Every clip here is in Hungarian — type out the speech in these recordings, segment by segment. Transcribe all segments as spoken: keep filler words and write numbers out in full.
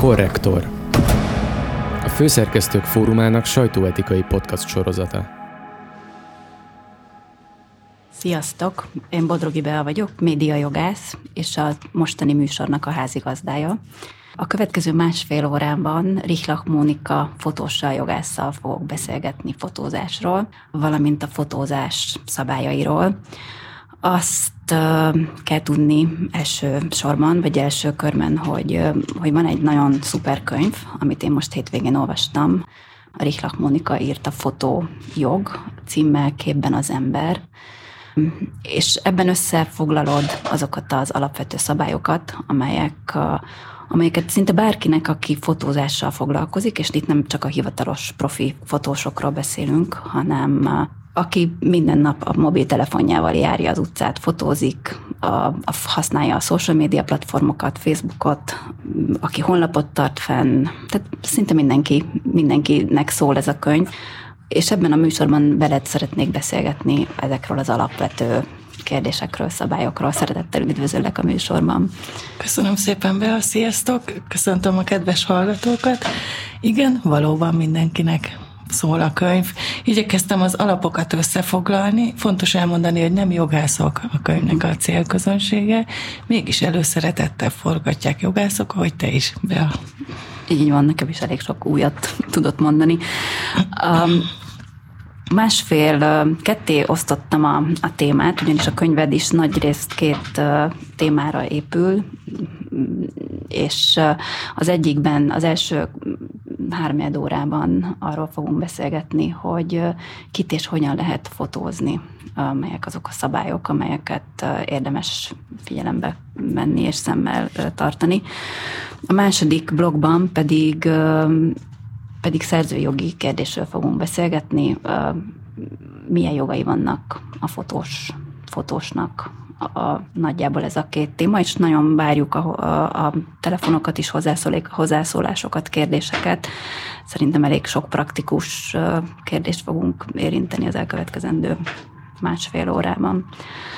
Korrektor. A Főszerkesztők Fórumának sajtóetikai podcast sorozata. Sziasztok! Én Bodrogi Bea vagyok, médiajogász, és a mostani műsornak a házigazdája. A következő másfél órában Richlach Mónika fotóssal, jogásszal fogok beszélgetni fotózásról, valamint a fotózás szabályairól. Azt uh, kell tudni első sorban, vagy első körben, hogy, uh, hogy van egy nagyon szuper könyv, amit én most hétvégén olvastam. A Richlach Mónika írt a Fotójog címmel, Képben az ember. És ebben összefoglalod azokat az alapvető szabályokat, amelyek, uh, amelyeket szinte bárkinek, aki fotózással foglalkozik, és itt nem csak a hivatalos profi fotósokról beszélünk, hanem uh, aki minden nap a mobiltelefonjával járja az utcát, fotózik, a, a, használja a social media platformokat, Facebookot, aki honlapot tart fenn, tehát szinte mindenki, mindenkinek szól ez a könyv. És ebben a műsorban veled szeretnék beszélgetni ezekről az alapvető kérdésekről, szabályokról. Szeretettel üdvözöllek a műsorban. Köszönöm szépen, Bea, sziasztok! Köszöntöm a kedves hallgatókat. Igen, valóban mindenkinek szól a könyv. Igyekeztem az alapokat összefoglalni. Fontos elmondani, hogy nem jogászok a könyvnek a célközönsége, mégis előszeretettel forgatják jogászok, ahogy te is, Bea. Így van, nekem is elég sok újat tudott mondani. Um, másfél, ketté osztottam a, a témát, ugyanis a könyved is nagyrészt két uh, témára épül, és uh, az egyikben, az első háromnegyed órában arról fogunk beszélgetni, hogy uh, kit és hogyan lehet fotózni, uh, melyek azok a szabályok, amelyeket uh, érdemes figyelembe venni és szemmel uh, tartani. A második blogban pedig, pedig szerzőjogi kérdésről fogunk beszélgetni, milyen jogai vannak a fotós, fotósnak. A, a, nagyjából ez a két téma, és nagyon várjuk a, a, a telefonokat is, hozzászólásokat, kérdéseket. Szerintem elég sok praktikus kérdést fogunk érinteni az elkövetkezendő másfél órában.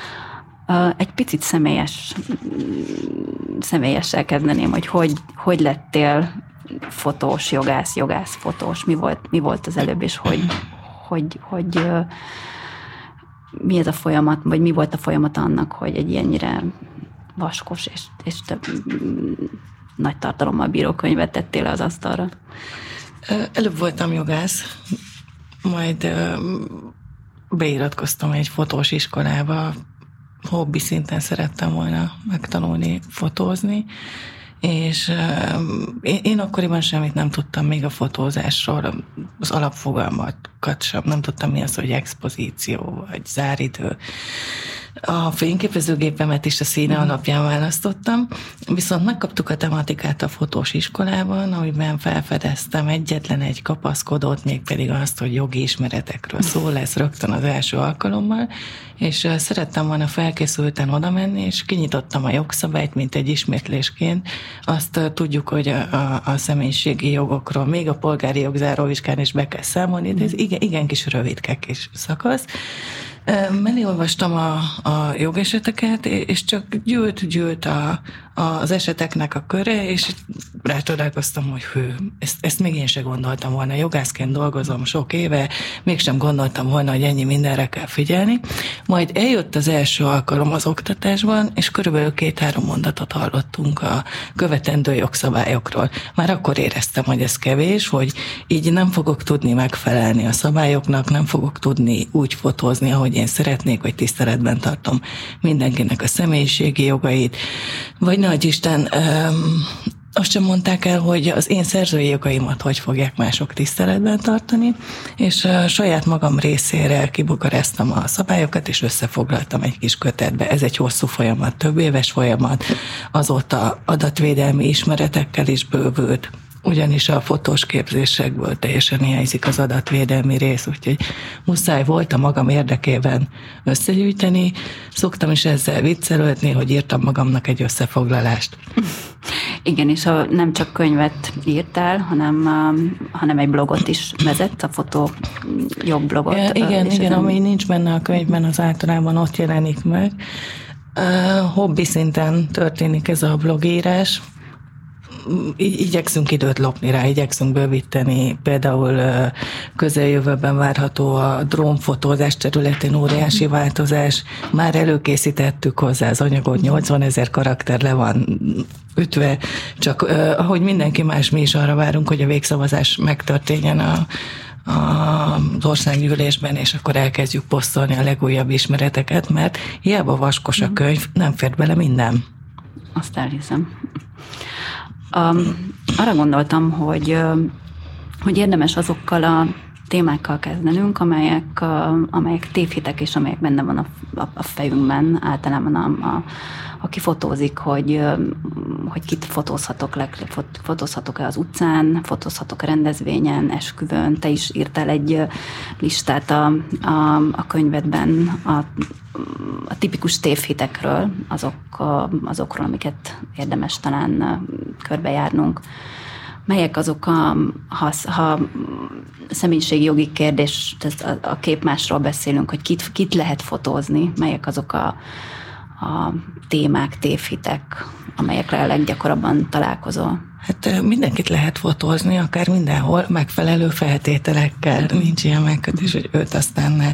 Egy picit személyes, személyessel kezdeném, hogy, hogy hogy lettél fotós, jogász, jogász, fotós, mi volt, mi volt az előbb, és hogy, hogy, hogy mi ez a folyamat, vagy mi volt a folyamat annak, hogy egy ilyennyire vaskos és, és több nagy tartalommal bíró könyvet tettél az asztalra? Előbb voltam jogász, majd beiratkoztam egy fotós iskolába, hobbi szinten szerettem volna megtanulni fotózni, és én, én akkoriban semmit nem tudtam még a fotózásról, az alapfogalmakat sem, nem tudtam mi az, hogy expozíció, vagy záridő. A fényképezőgépemet is a színe mm. alapján választottam, viszont megkaptuk a tematikát a fotós iskolában, amiben felfedeztem egyetlen egy kapaszkodót, mégpedig azt, hogy jogi ismeretekről szó lesz rögtön az első alkalommal, és szerettem volna felkészülten oda menni, és kinyitottam a jogszabályt, mint egy ismétlésként. Azt tudjuk, hogy a, a, a személyiségi jogokról, még a polgári jogzáróvizsgán is be kell számolni, de ez igen, igen kis rövidke kis szakasz. Mellé olvastam a, a jogeseteket, és csak gyűlt-gyűlt a, az eseteknek a köre, és rácsodálkoztam, hogy hű, ezt, ezt még én sem gondoltam volna. Jogászként dolgozom sok éve, mégsem gondoltam volna, hogy ennyi mindenre kell figyelni. Majd eljött az első alkalom az oktatásban, és körülbelül két-három mondatot hallottunk a követendő jogszabályokról. Már akkor éreztem, hogy ez kevés, hogy így nem fogok tudni megfelelni a szabályoknak, nem fogok tudni úgy fotózni, ahogy én szeretnék, hogy tiszteletben tartom mindenkinek a személyiségi jogait, vagy nagy Isten, öm, azt sem mondták el, hogy az én szerzői jogaimat hogy fogják mások tiszteletben tartani, és a saját magam részére kibukareztem a szabályokat, és összefoglaltam egy kis kötetbe. Ez egy hosszú folyamat, több éves folyamat, azóta adatvédelmi ismeretekkel is bővült, ugyanis a fotós képzésekből teljesen hiányzik az adatvédelmi rész, úgyhogy muszáj volt a magam érdekében összegyűjteni. Szoktam is ezzel viccelődni, hogy írtam magamnak egy összefoglalást. Igen, és a, nem csak könyvet írtál, hanem, hanem egy blogot is vezet, a fotó jogblogot. Ja, igen, igen, ami nem... nincs benne a könyvben, az általában ott jelenik meg. Hobbi szinten történik ez a blogírás. igyekszünk időt lopni rá, igyekszünk bővíteni. Például közeljövőben várható a drónfotózás területén óriási változás. Már előkészítettük hozzá az anyagot, nyolcvanezer karakter le van ütve, csak ahogy mindenki más, mi is arra várunk, hogy a végszavazás megtörténjen a az országgyűlésben, és akkor elkezdjük posztolni a legújabb ismereteket, mert hiába vaskos a könyv, nem fér bele minden. Azt elhiszem. Um, arra gondoltam, hogy, hogy érdemes azokkal a témákkal kezdenünk, amelyek, amelyek tévhitek, és amelyek benne van a, a, a fejünkben, általában a, a, aki fotózik, hogy, hogy kit fotózhatok, leg, fotózhatok-e az utcán, fotózhatok a rendezvényen, esküvőn. Te is írtál egy listát a, a, a könyvedben a, a tipikus tévhitekről, azok, azokról, amiket érdemes talán körbejárnunk. Melyek azok a, ha, ha személyiségi jogi kérdés, a, a képmásról beszélünk, hogy kit, kit lehet fotózni, melyek azok a, a témák, tévhitek, amelyekre a leggyakorabban találkozol? Hát mindenkit lehet fotózni, akár mindenhol, megfelelő feltételekkel. Nincs ilyen megkötés, hogy őt aztán ne.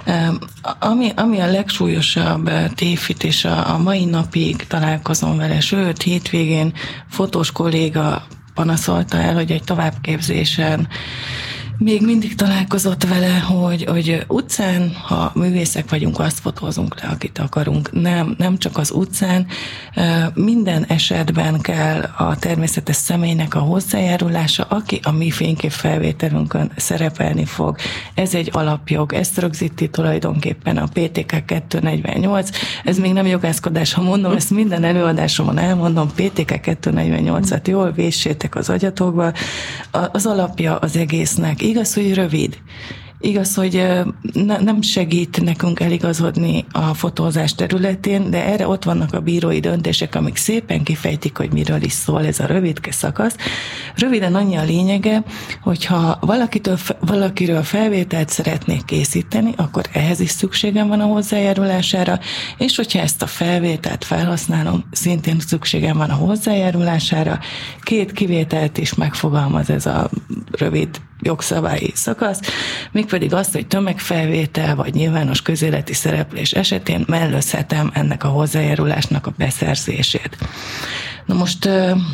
Ami, ami a legsúlyosabb tévhit, és a, a mai napig találkozom vele, sőt, hétvégén fotós kolléga panaszolta el, hogy egy továbbképzésen még mindig találkozott vele, hogy, hogy utcán, ha művészek vagyunk, azt fotózunk le, akit akarunk. Nem, nem csak az utcán, minden esetben kell a természetes személynek a hozzájárulása, aki a mi fényképfelvételünkön szerepelni fog. Ez egy alapjog, ezt rögzíti tulajdonképpen a pé té ká kétszáznegyvennyolc. Ez még nem jogászkodás, ha mondom, ezt minden előadásomon elmondom, pé té ká kétszáznegyvennyolcat jól véssétek az agyatokba. Az alapja az egésznek. Igaz, hogy rövid. Igaz, hogy ne, nem segít nekünk eligazodni a fotózás területén, de erre ott vannak a bírói döntések, amik szépen kifejtik, hogy miről is szól ez a rövidke szakasz. Röviden annyi a lényege, hogyha valakitől, valakiről felvételt szeretnék készíteni, akkor ehhez is szükségem van a hozzájárulására, és hogyha ezt a felvételt felhasználom, szintén szükségem van a hozzájárulására. Két kivételt is megfogalmaz ez a rövid jogszabályi szakasz, mégpedig azt, hogy tömegfelvétel vagy nyilvános közéleti szereplés esetén mellőzhetem ennek a hozzájárulásnak a beszerzését. Na most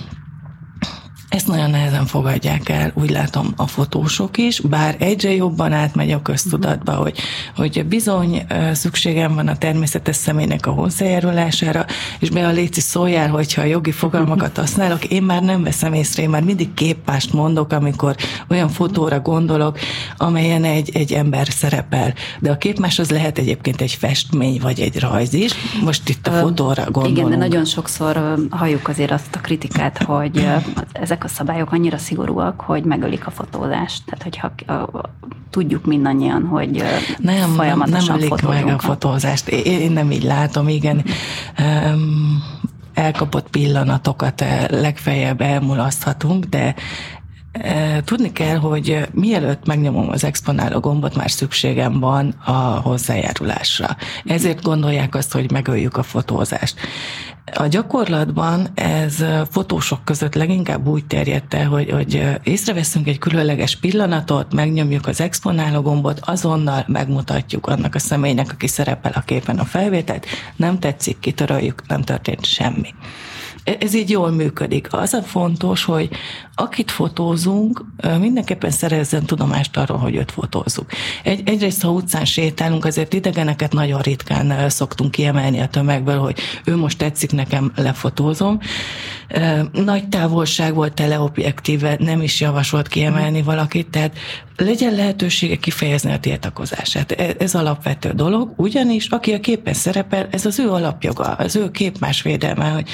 ezt nagyon nehezen fogadják el, úgy látom, a fotósok is, bár egyre jobban átmegy a köztudatba, hogy, hogy bizony szükségem van a természetes személynek a hozzájárulására, és be a léci szóljál, hogyha a jogi fogalmakat használok, én már nem veszem észre, én már mindig képmást mondok, amikor olyan fotóra gondolok, amelyen egy, egy ember szerepel. De a képmás az lehet egyébként egy festmény, vagy egy rajz is. Most itt a fotóra gondolunk. Igen, de nagyon sokszor halljuk azért azt a kritikát, hogy ezek a szabályok annyira szigorúak, hogy megölik a fotózást. Tehát, hogyha tudjuk mindannyian, hogy nem, folyamatosan nem, nem ölik meg a fotózást. Én, én nem így látom, igen. Um, elkapott pillanatokat legfeljebb elmulaszthatunk, de tudni kell, hogy mielőtt megnyomom az exponáló gombot, már szükségem van a hozzájárulásra. Ezért gondolják azt, hogy megöljük a fotózást. A gyakorlatban ez fotósok között leginkább úgy terjedt el, hogy, hogy észreveszünk egy különleges pillanatot, megnyomjuk az exponáló gombot, azonnal megmutatjuk annak a személynek, aki szerepel a képen a felvételt, nem tetszik, kitöröljük, nem történt semmi. Ez így jól működik. Az a fontos, hogy akit fotózunk, mindenképpen szerezzen tudomást arról, hogy őt fotózzuk. Egy, egyrészt, ha utcán sétálunk, azért idegeneket nagyon ritkán szoktunk kiemelni a tömegből, hogy ő most tetszik, nekem lefotózom. Nagy távolság volt teleobjektíve, nem is javasolt kiemelni valakit, tehát legyen lehetősége kifejezni a tiltakozását. Ez alapvető dolog, ugyanis aki a képen szerepel, ez az ő alapjoga, az ő képmás védelme, hogy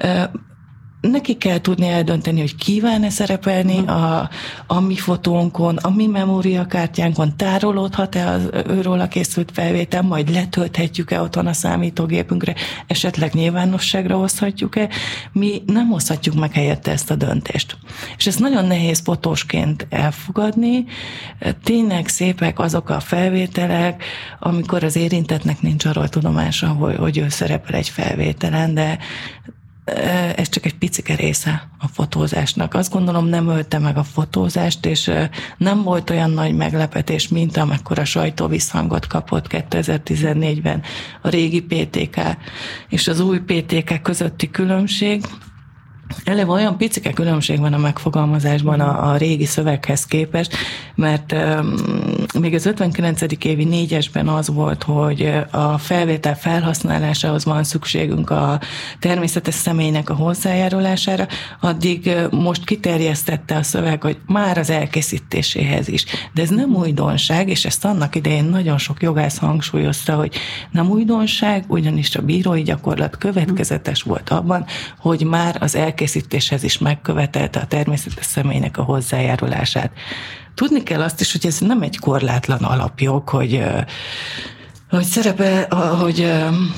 neki kell tudni eldönteni, hogy kíván-e szerepelni a, a mi fotónkon, a mi memóriakártyánkon, tárolódhat-e az őróla készült felvétel, majd letölthetjük-e otthon a számítógépünkre, esetleg nyilvánosságra hozhatjuk-e, mi nem hozhatjuk meg helyette ezt a döntést. És ezt nagyon nehéz fotósként elfogadni, tényleg szépek azok a felvételek, amikor az érintettnek nincs arról tudomása, hogy, hogy ő szerepel egy felvételen, de ez csak egy picike része a fotózásnak. Azt gondolom, nem ölte meg a fotózást, és nem volt olyan nagy meglepetés, mint amekkora sajtó visszhangot kapott kétezer-tizennégyben a régi pé té ká és az új pé té ká közötti különbség. Eleve olyan picike különbség van a megfogalmazásban a, a régi szöveghez képest, mert um, még az ötvenkilencedik évi négyesben az volt, hogy a felvétel felhasználásához van szükségünk a természetes személynek a hozzájárulására, addig most kiterjesztette a szöveg, hogy már az elkészítéséhez is. De ez nem újdonság, és ezt annak idején nagyon sok jogász hangsúlyozta, hogy nem újdonság, ugyanis a bírói gyakorlat következetes volt abban, hogy már az elkészítéshez készítéshez is megkövetelte a természetes személynek a hozzájárulását. Tudni kell azt is, hogy ez nem egy korlátlan alapjog, hogy, hogy szerepel, hogy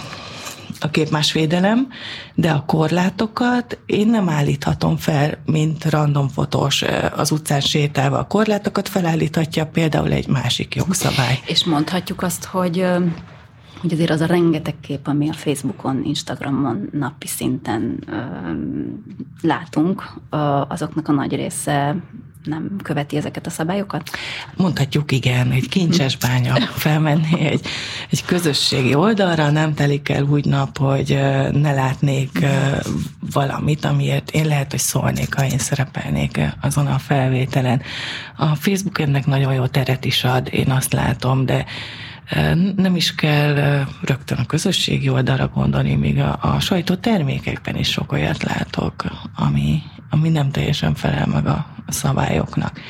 a képmásvédelem, de a korlátokat én nem állíthatom fel, mint random fotós az utcán sétálva. A korlátokat felállíthatja például egy másik jogszabály. És mondhatjuk azt, hogy hogy azért az a rengeteg kép, ami a Facebookon, Instagramon napi szinten ö, látunk, ö, azoknak a nagy része nem követi ezeket a szabályokat? Mondhatjuk igen, egy kincses bánya felmenni egy, egy közösségi oldalra, nem telik el úgy nap, hogy ne látnék valamit, amiért én lehet, hogy szólnék, ha én szerepelnék azon a felvételen. A Facebook ennek nagyon jó teret is ad, én azt látom, de nem is kell rögtön a közösségi oldalra gondolni, míg a, a sajtótermékekben is sok olyat látok, ami, ami nem teljesen felel meg a, a szabályoknak.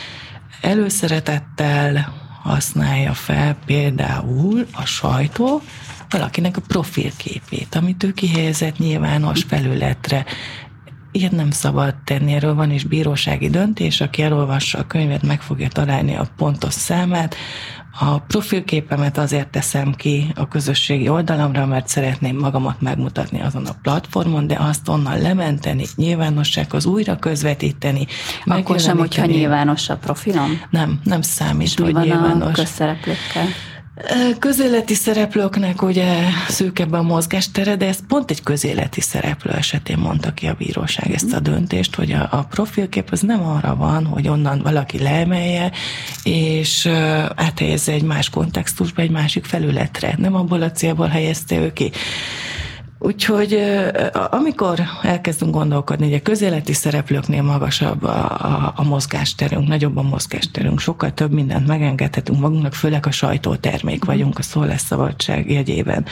Előszeretettel használja fel például a sajtó valakinek a profilképét, amit ő kihelyezett nyilvános felületre. Ilyet nem szabad tenni, erről van is bírósági döntés, aki elolvassa a könyvet, meg fogja találni a pontos számát. A profilképemet azért teszem ki a közösségi oldalamra, mert szeretném magamat megmutatni azon a platformon, de azt onnan lementeni, nyilvánossághoz újra közvetíteni. Akkor sem, hogyha nyilvános a profilom? Nem, nem számít, és hogy mi van nyilvános. A közszereplőkkel? Közéleti szereplőknek ugye szűkebb a mozgástere, de ez pont egy közéleti szereplő esetén mondta ki a bíróság ezt a döntést, hogy a, a profilkép az nem arra van, hogy onnan valaki leemelje, és áthelyezze egy más kontextusba, egy másik felületre. Nem abból a célból helyezte ő ki. Úgyhogy amikor elkezdünk gondolkodni, hogy a közéleti szereplőknél magasabb a, a, a mozgásterünk, nagyobb a mozgásterünk, sokkal több mindent megengedhetünk magunknak, főleg a sajtótermék vagyunk a szólásszabadság jegyében.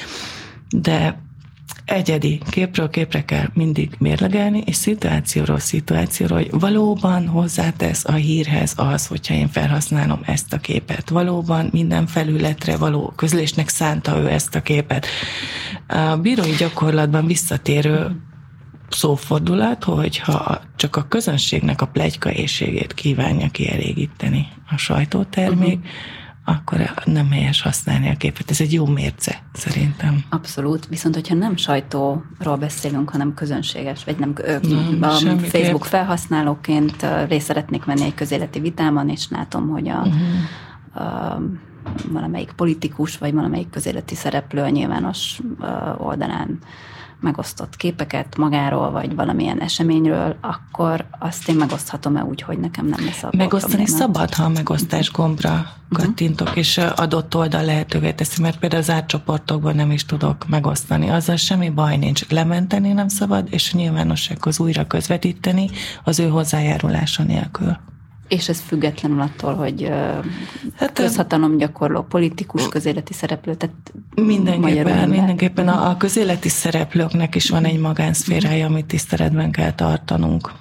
De egyedi képről képre kell mindig mérlegelni, és szituációról szituációról, hogy valóban hozzátesz a hírhez az, hogyha én felhasználom ezt a képet. Valóban minden felületre való közlésnek szánta ő ezt a képet. A bírói gyakorlatban visszatérő szófordulat, hogyha csak a közönségnek a pletykaéhségét kívánja kielégíteni a sajtótermék, uh-huh. akkor nem helyes használni a képet. Ez egy jó mérce, szerintem. Abszolút. Viszont, hogyha nem sajtóról beszélünk, hanem közönséges, vagy nem, nem a semmiképp. Facebook felhasználóként részt szeretnék venni egy közéleti vitában, és látom, hogy a, uh-huh. a valamelyik politikus, vagy valamelyik közéleti szereplő a nyilvános oldalán megosztott képeket magáról, vagy valamilyen eseményről, akkor azt én megoszthatom-e úgy, hogy nekem nem lesz abból megosztani problémát. Szabad, ha a megosztás gombra kattintok, uh-huh. és adott oldal lehetővé teszi, mert például az átcsoportokban nem is tudok megosztani. Azzal semmi baj nincs. Lementeni nem szabad, és a nyilvánossághoz újra közvetíteni az ő hozzájárulása nélkül. És ez függetlenül attól, hogy hát közhatalom gyakorló politikus, közéleti szereplő, tehát mindenképpen, mindenképpen a, a közéleti szereplőknek is van egy magánszférája, amit tiszteletben kell tartanunk.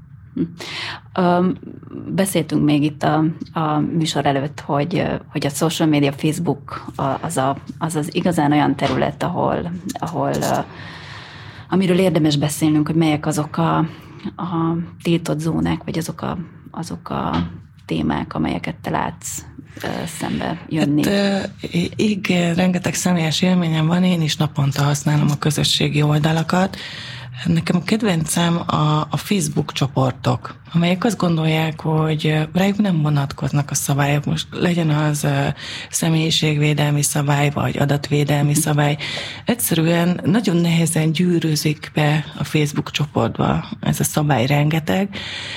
Beszéltünk még itt a, a műsor előtt, hogy, hogy a social media, Facebook az, a, az az igazán olyan terület, ahol, ahol amiről érdemes beszélnünk, hogy melyek azok a, a tiltott zónák, vagy azok a azok a témák, amelyeket te látsz szembe jönni. Hát, igen, rengeteg személyes élményem van, én is naponta használom a közösségi oldalakat. Nekem a kedvencem a, a Facebook csoportok, amelyek azt gondolják, hogy rájuk nem vonatkoznak a szabályok. Most legyen az személyiségvédelmi szabály, vagy adatvédelmi szabály. Egyszerűen nagyon nehezen gyűrűzik be a Facebook csoportba ez a szabály rengeteg.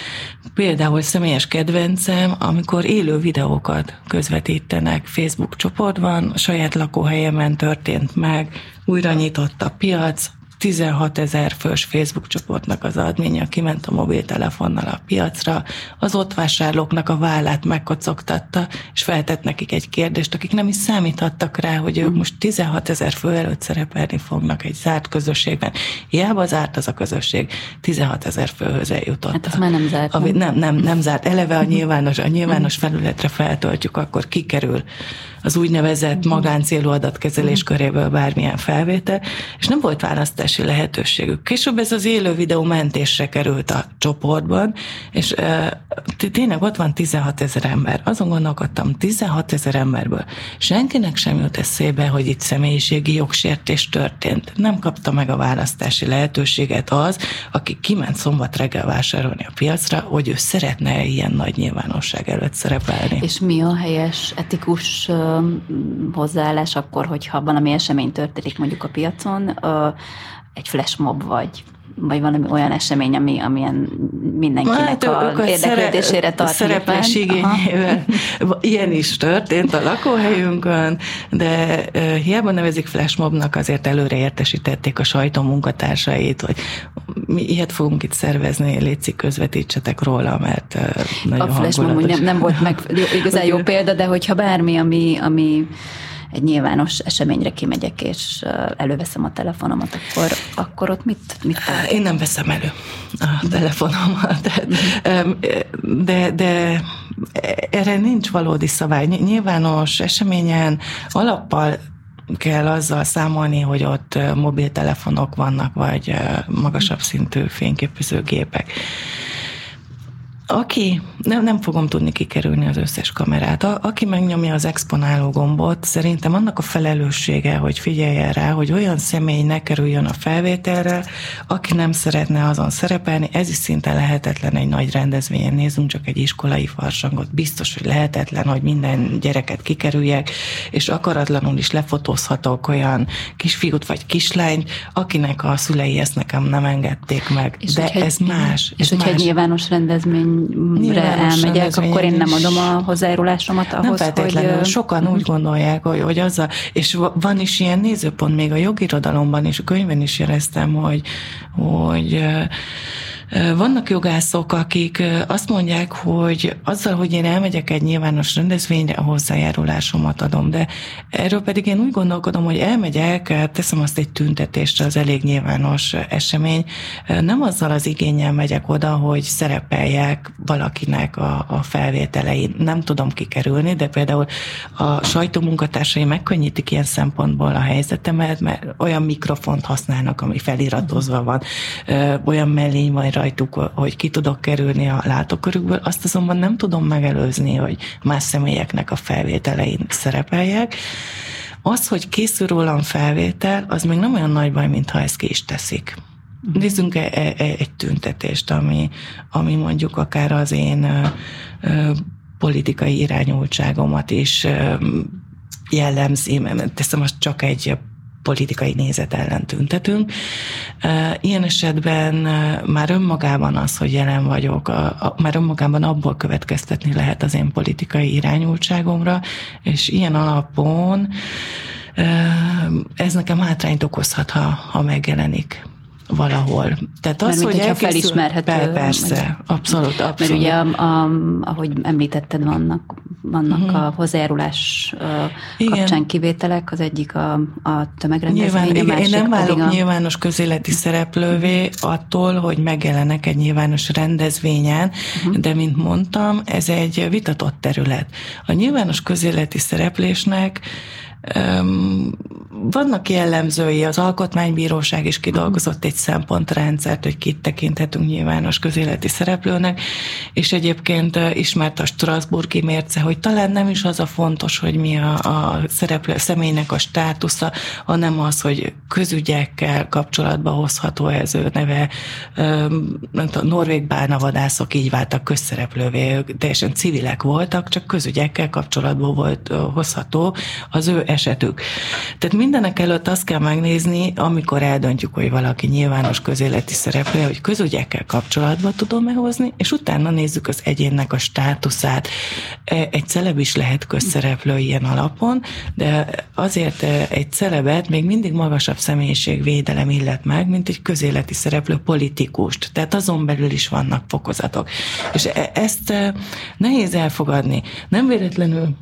Például személyes kedvencem, amikor élő videókat közvetítenek Facebook csoportban, a saját lakóhelyemen történt meg, újra nyitott a piac, tizenhatezer fős Facebook csoportnak az adminja, aki ment a mobiltelefonnal a piacra, az ott vásárlóknak a vállát megkocogtatta, és feltett nekik egy kérdést, akik nem is számíthattak rá, hogy ők most tizenhatezer fő előtt szerepelni fognak egy zárt közösségben. Hiába zárt az a közösség, tizenhatezer főhöz eljutott. Hát az már nem zárt. A, nem, nem, nem zárt. Eleve a nyilvános, a nyilvános felületre feltöltjük, akkor kikerül az úgynevezett magáncélú adatkezelés köréből bármilyen felvétel, és nem volt választási lehetőségük. Később ez az élő videó mentésre került a csoportban, és e, tényleg ott van tizenhatezer ember. Azon gondolkodtam, tizenhatezer emberből senkinek sem jut eszébe, hogy itt személyiségi jogsértés történt. Nem kapta meg a választási lehetőséget az, aki kiment szombat reggel vásárolni a piacra, hogy ő szeretne ilyen nagy nyilvánosság előtt szerepelni. És mi a helyes, etikus hozzáállás akkor, hogyha valami esemény történik mondjuk a piacon, egy flashmob vagy, vagy valami olyan esemény, ami, amilyen mindenkinek hát, a érdeklődésére tart. Szereplés igényével. Ilyen is történt a lakóhelyünkön, de uh, hiába nevezik flashmobnak, azért előre értesítették a sajtó munkatársait, hogy mi ilyet fogunk itt szervezni, létszik, közvetítsetek róla, mert uh, nagyon a flashmob nem, nem volt meg igazán jó példa, de hogyha bármi, ami, ami egy nyilvános eseményre kimegyek, és előveszem a telefonomat, akkor, akkor ott mit, mit tart? Én nem veszem elő a telefonomat, de, de erre nincs valódi szabály. Nyilvános eseményen alappal kell azzal számolni, hogy ott mobiltelefonok vannak, vagy magasabb szintű fényképezőgépek. Aki, nem, nem fogom tudni kikerülni az összes kamerát, a, aki megnyomja az exponáló gombot, szerintem annak a felelőssége, hogy figyeljen rá, hogy olyan személy ne kerüljön a felvételre, aki nem szeretne azon szerepelni, ez is szinte lehetetlen egy nagy rendezvényen, nézzünk csak egy iskolai farsangot, biztos, hogy lehetetlen, hogy minden gyereket kikerüljek, és akaratlanul is lefotózhatok olyan kisfiút vagy kislányt, akinek a szülei ezt nekem nem engedték meg. És de ez egy, más. És ez hogyha egy nyilvános rendezvény elmegyek, akkor én nem adom a hozzájárulásomat ahhoz, nem feltétlenül. Hogy... Sokan úgy gondolják, hogy, hogy azzal, és van is ilyen nézőpont még a jogirodalomban, és a könyvben is éreztem, hogy, hogy vannak jogászok, akik azt mondják, hogy azzal, hogy én elmegyek egy nyilvános rendezvényre, a hozzájárulásomat adom, de erről pedig én úgy gondolkodom, hogy elmegyek, teszem azt egy tüntetésre, az elég nyilvános esemény, nem azzal az igénnyel megyek oda, hogy szerepeljek valakinek a, a felvételein. Nem tudom kikerülni, de például a sajtómunkatársai megkönnyítik ilyen szempontból a helyzetemet, mert olyan mikrofont használnak, ami feliratozva van, olyan mellény van rajtuk, hogy ki tudok kerülni a látókörükből, azt azonban nem tudom megelőzni, hogy más személyeknek a felvételein szerepeljek. Az, hogy készül rólam felvétel, az még nem olyan nagy baj, mintha ezt ki is teszik. Nézzünk egy tüntetést, ami, ami mondjuk akár az én politikai irányultságomat is jellemzi, teszem, azt csak egy politikai nézet ellen tüntetünk. Ilyen esetben már önmagában az, hogy jelen vagyok, a, a, már önmagában abból következtetni lehet az én politikai irányultságomra, és ilyen alapon ez nekem hátrányt okozhat, ha, ha megjelenik valahol. Tehát az, mert hogy elkészül, felismerhető. Persze, abszolút, abszolút. Mert ugye, a, a, ahogy említetted, vannak, vannak uh-huh. a hozzájárulás uh, kapcsán kivételek, az egyik a, a tömegrendezvény, Nyilván, a másik én nem válok a... nyilvános közéleti szereplővé attól, hogy megjelenek egy nyilvános rendezvényen, uh-huh. de mint mondtam, ez egy vitatott terület. A nyilvános közéleti szereplésnek Um, vannak jellemzői, az Alkotmánybíróság is kidolgozott egy szempontrendszert, hogy kit tekinthetünk nyilvános közéleti szereplőnek, és egyébként ismert a strasbourgi mérce, hogy talán nem is az a fontos, hogy mi a, a szereplő a személynek a státusza, hanem az, hogy közügyekkel kapcsolatba hozható ez ő neve. Nem tudom, norvég bálnavadászok így váltak közszereplővé, ők teljesen civilek voltak, csak közügyekkel kapcsolatban volt hozható az ő esetük. Tehát mindenek előtt azt kell megnézni, amikor eldöntjük, hogy valaki nyilvános közéleti szereplő, hogy közügyekkel kapcsolatba tudom-e hozni, és utána nézzük az egyénnek a státuszát. Egy celeb is lehet közszereplő ilyen alapon, de azért egy celebet még mindig magasabb személyiségvédelem illet meg, mint egy közéleti szereplő politikust. Tehát azon belül is vannak fokozatok. És ezt nehéz elfogadni. Nem véletlenül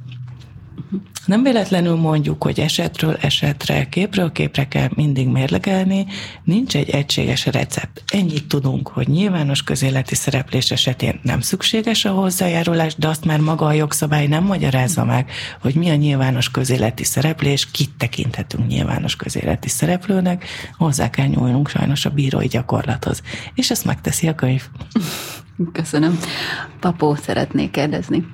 Nem véletlenül mondjuk, hogy esetről esetre, képről képre kell mindig mérlegelni, nincs egy egységes recept. Ennyit tudunk, hogy nyilvános közéleti szereplés esetén nem szükséges a hozzájárulás, de azt már maga a jogszabály nem magyarázza meg, hogy mi a nyilvános közéleti szereplés, kit tekinthetünk nyilvános közéleti szereplőnek, hozzá kell nyúlnunk sajnos a bírói gyakorlathoz. És ezt megteszi a könyv. Köszönöm. Papó, szeretnék kérdezni.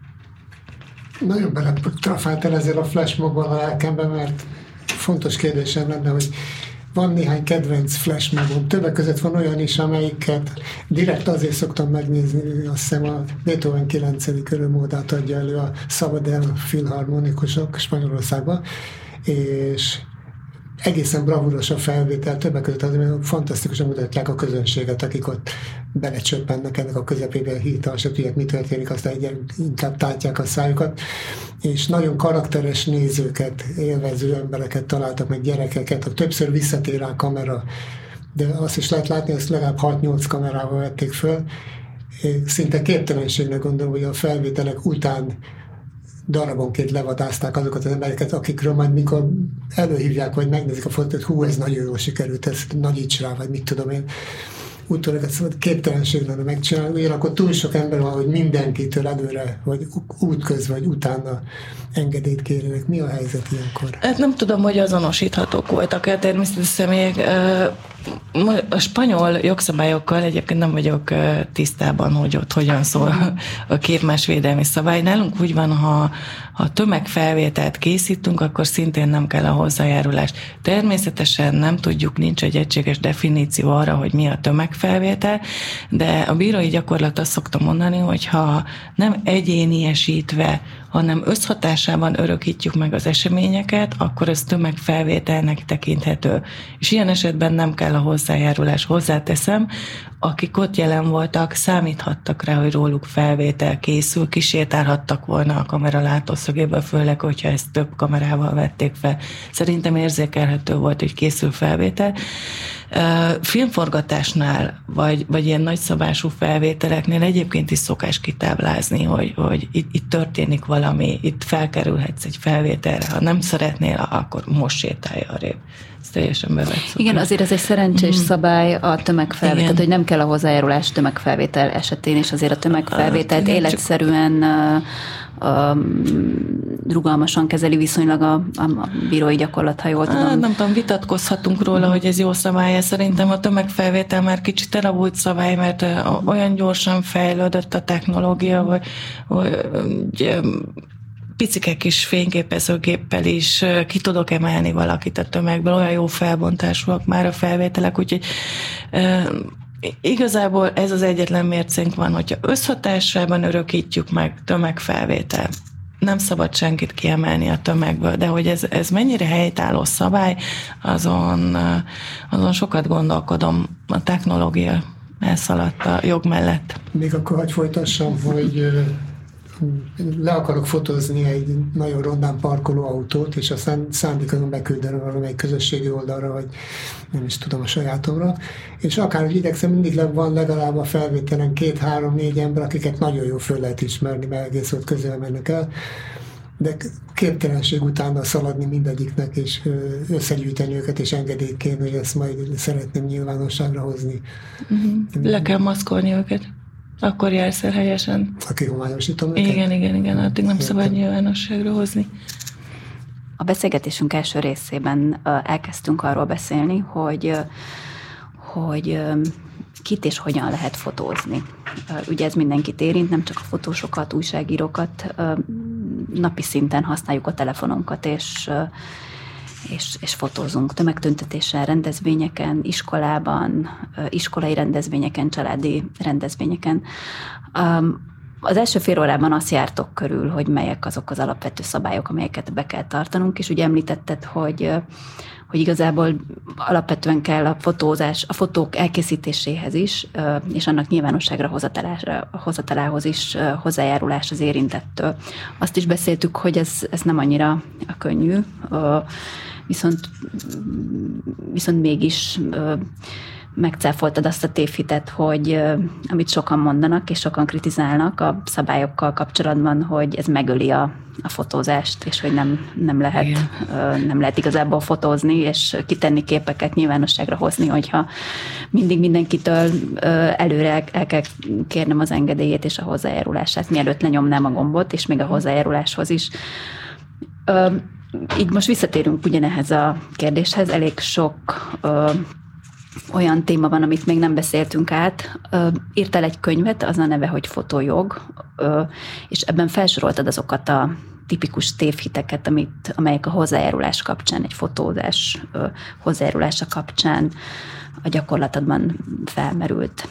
Nagyon beletrafáltál ezzel a flashmobban a lelkembe, mert fontos kérdésem lenne, hogy van néhány kedvenc flashmobom. Többek között van olyan is, amelyiket direkt azért szoktam megnézni, azt hiszem a Beethoven kilencedik örömódát adja elő a Sabadell filharmonikusok Spanyolországban, és egészen bravúros a felvétel, többek között azért fantasztikusan mutatják a közönséget, akik ott belecsöppennek ennek a közepébe, hirtelen se tudják, mi történik, aztán inkább tátják a szájukat, és nagyon karakteres nézőket, élvező embereket találtak, meg gyerekeket, többször visszatér rá a kamera, de azt is lehet látni, ezt legalább hat-nyolc kamerával vették föl. Szinte képtelenségnek gondolom, hogy a felvételek után darabonként levadázták azokat az embereket, akikről majd mikor előhívják, vagy megnézik a fotót, hú, ez nagyon jól sikerült, ez nagyíts rá, vagy mit tudom én. Utólag ezt képtelenség lenne megcsinálni, ugyanakkor túl sok ember van, hogy mindenkitől előre, vagy útközben, vagy utána engedélyt kérjenek. Mi a helyzet ilyenkor? Hát nem tudom, hogy azonosíthatók voltak-e természetesen személyek. A spanyol jogszabályokkal egyébként nem vagyok tisztában, hogy ott hogyan szól a képmásvédelmi szabály. Nálunk úgy van, ha, ha tömegfelvételt készítünk, akkor szintén nem kell a hozzájárulás. Természetesen nem tudjuk, nincs egy egységes definíció arra, hogy mi a tömegfelvétel, de a bírói gyakorlat azt szokta mondani, hogy ha nem egyéniesítve, hanem összhatásában örökítjük meg az eseményeket, akkor ez tömegfelvételnek tekinthető. És ilyen esetben nem kell a hozzájárulás. Hozzáteszem, akik ott jelen voltak, számíthattak rá, hogy róluk felvétel készül, kísértálhattak volna a kamera látószögéből, főleg, hogyha ezt több kamerával vették fel. Szerintem érzékelhető volt, hogy készül felvétel. Filmforgatásnál, vagy, vagy ilyen nagyszabású felvételeknél egyébként is szokás kitáblázni, hogy, hogy itt, itt történik valami, itt felkerülhetsz egy felvételre, ha nem szeretnél, akkor most sétálj arrébb. Ez teljesen bevett szokás. Igen, azért ez egy szerencsés mm. szabály a tömegfelvétel, tehát, hogy nem kell a hozzájárulás tömegfelvétel esetén, és azért a tömegfelvételt igen, életszerűen csak... rugalmasan kezeli viszonylag a, a bírói gyakorlat, ha jól tudom. Hát, nem tudom, vitatkozhatunk róla, hogy ez jó szabály. Szerintem a tömegfelvétel már kicsit elavult szabály, mert olyan gyorsan fejlődött a technológia, hogy, hogy picike kis fényképezőgéppel is ki tudok emelni valakit a tömegből, olyan jó felbontásúak már a felvételek, úgyhogy igazából ez az egyetlen mércénk van, hogyha összhatásában örökítjük meg tömegfelvétel. Nem szabad senkit kiemelni a tömegből, de hogy ez, ez mennyire helytálló szabály, azon, azon sokat gondolkodom, a technológia elszaladt a jog mellett. Még akkor hadd folytassam, hogy le akarok fotózni egy nagyon rondán parkoló autót, és aztán szándékozom beküldeni valamelyik közösségi oldalra, vagy nem is tudom, a sajátomra, és akárhogy idegszem, mindig van legalább a felvételen két-három-négy ember, akiket nagyon jó föl lehet ismerni, mert egész ott közel mennek el, de képtelenség utána szaladni mindegyiknek, és összegyűjteni őket, és engedélyt kérni, hogy ezt majd szeretném nyilvánosságra hozni. Uh-huh. Le kell maszkolni őket. Akkor jársz el helyesen. Aki homályosítom őket? Igen, igen, igen, addig nem szabad nyilvánosságra hozni. A beszélgetésünk első részében elkezdtünk arról beszélni, hogy, hogy kit és hogyan lehet fotózni. Ugye ez mindenkit érint, nem csak a fotósokat, újságírókat. Napi szinten használjuk a telefonunkat, és, és, és fotózunk tömegtüntetésen, rendezvényeken, iskolában, iskolai rendezvényeken, családi rendezvényeken. Az első fél órában azt jártok körül, hogy melyek azok az alapvető szabályok, amelyeket be kell tartanunk, és ugye említetted, hogy, hogy igazából alapvetően kell a fotózás, a fotók elkészítéséhez is, és annak nyilvánosságra hozatalához is hozzájárulás az érintettől. Azt is beszéltük, hogy ez, ez nem annyira könnyű, viszont, viszont mégis megcáfoltad azt a tévhitet, hogy amit sokan mondanak és sokan kritizálnak a szabályokkal kapcsolatban, hogy ez megöli a, a fotózást, és hogy nem, nem, lehet, nem lehet igazából fotózni, és kitenni képeket, nyilvánosságra hozni, hogyha mindig mindenkitől előre el kell kérnem az engedélyét és a hozzájárulását, mielőtt lenyomnám a gombot, és még a hozzájáruláshoz is. Így most visszatérünk ugyanehhez a kérdéshez, elég sok olyan téma van, amit még nem beszéltünk át. Írtál egy könyvet, az a neve, hogy Fotójog, és ebben felsoroltad azokat a tipikus tévhiteket, amit, amelyek a hozzájárulás kapcsán, egy fotózás hozzájárulása kapcsán a gyakorlatodban felmerült.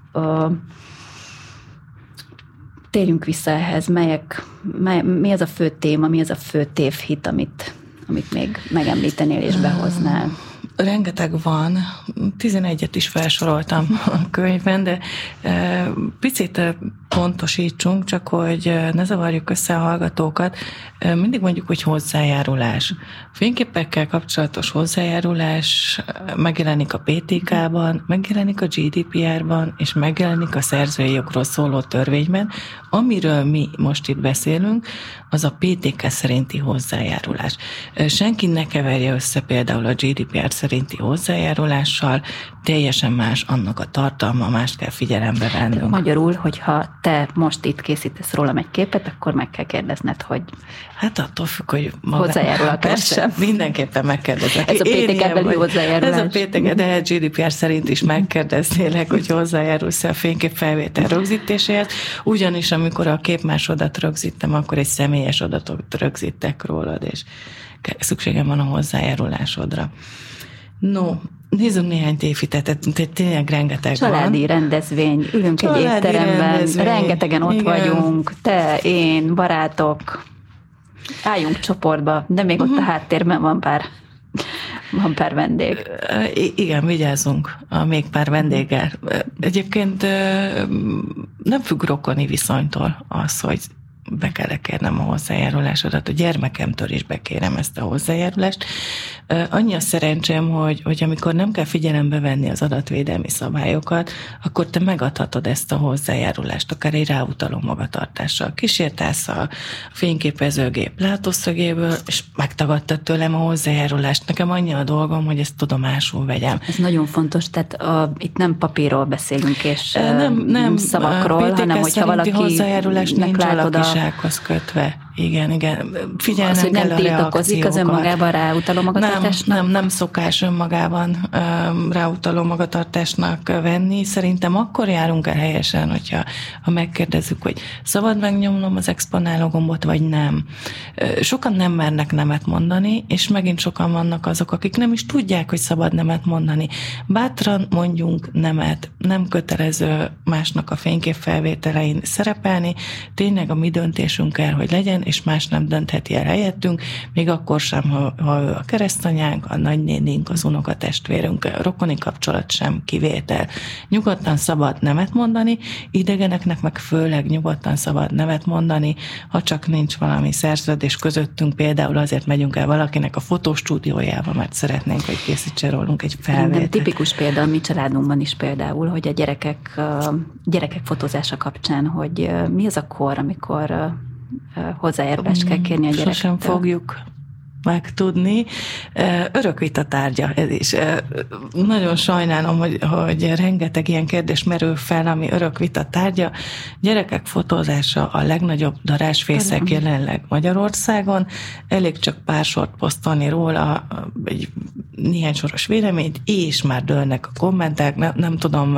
Térjünk vissza ehhez, melyek, mely, mi az a fő téma, mi az a fő tévhit, amit, amit még megemlítenél és behoznál? Rengeteg van, tizenegyet is felsoroltam a könyvben, de e, picit pontosítsunk, csak hogy ne zavarjuk össze a hallgatókat. E, mindig mondjuk, hogy hozzájárulás. Fényképekkel kapcsolatos hozzájárulás megjelenik a pé té ká-ban, megjelenik a gé dé pé er-ban, és megjelenik a szerzői jogról szóló törvényben. Amiről mi most itt beszélünk, az a pé té ká szerinti hozzájárulás. Senki ne keverje össze például a gé dé pé er szerinti hozzájárulással, teljesen más annak a tartalma, mást kell figyelembe vennünk. Magyarul, hogyha te most itt készítesz rólam egy képet, akkor meg kell kérdezned, hogy hát attól függ, hogy maga... hozzájárul Persze, mindenképpen megkérdezlek. Ez a pé té ká-beli hozzájárulás. Ez a pé té ká, de a gé dé pé er szerint is megkérdeznélek, hogy hozzájárulsz a fényképfelvétel rögzítéséhez. Ugyanis, amikor a képmásodat rögzítem, akkor egy személyes adatot rögzítek rólad, és szükségem van a hozzájárulásodra. No, nézzünk néhány tévhitet, tényleg rengeteg Családi van. rendezvény, ülünk Családi egy étteremben, rendezvény. Rengetegen ott igen. vagyunk, te, én, barátok, álljunk csoportba, de még ott uh-huh. a háttérben van pár, van pár vendég. I- igen, vigyázzunk a még pár vendéggel. Egyébként nem függ rokoni viszonytól az, hogy be kell kérnem a hozzájárulásodat, a gyermekemtől is bekérem ezt a hozzájárulást. Annyi a szerencsém, hogy, hogy amikor nem kell figyelembe venni az adatvédelmi szabályokat, akkor te megadhatod ezt a hozzájárulást, akár egy ráutaló magatartással. Kísértálsz a fényképezőgép látószögéből, és megtagadtad tőlem a hozzájárulást. Nekem annyi a dolgom, hogy ezt tudomásul vegyem. Ez nagyon fontos, tehát a, itt nem papírról beszélünk, és nem, nem szavakról, hanem hogyha valaki hozzájárulás nincs alakisághoz kötve. Igen, igen. Figyelnünk az, hogy nem kell a tiltakozik az önmagában ráutaló magatartásnak? Nem, nem, nem szokás önmagában um, ráutaló magatartásnak venni. Szerintem akkor járunk el helyesen, hogyha ha megkérdezzük, hogy szabad megnyomnom az exponáló gombot, vagy nem. Sokan nem mernek nemet mondani, és megint sokan vannak azok, akik nem is tudják, hogy szabad nemet mondani. Bátran mondjunk nemet, nem kötelező másnak a fényképfelvételein szerepelni, tényleg a mi döntésünk kell, hogy legyen, és más nem döntheti el helyettünk, még akkor sem, ha, ha ő a keresztanyánk, a nagynénink, az unokatestvérünk, a rokoni kapcsolat sem kivétel. Nyugodtan szabad nemet mondani, idegeneknek meg főleg nyugodtan szabad nemet mondani, ha csak nincs valami szerződés közöttünk, például azért megyünk el valakinek a fotostúdiójába, mert szeretnénk, hogy készítsen rólunk egy felvételt. Tipikus példa a mi családunkban is például, hogy a gyerekek, a gyerekek fotózása kapcsán, hogy mi az a kor, amikor hozzájárulást kell kérni a gyerekektől. Sosem fogjuk megtudni. Örök vita tárgya ez is. Nagyon sajnálom, hogy, hogy rengeteg ilyen kérdés merül fel, ami örök vita tárgya. Gyerekek fotózása a legnagyobb darásfészek jelenleg Magyarországon. Elég csak pár sort posztolni róla, egy néhány soros véleményt, és már dőlnek a kommentek. Nem, nem tudom,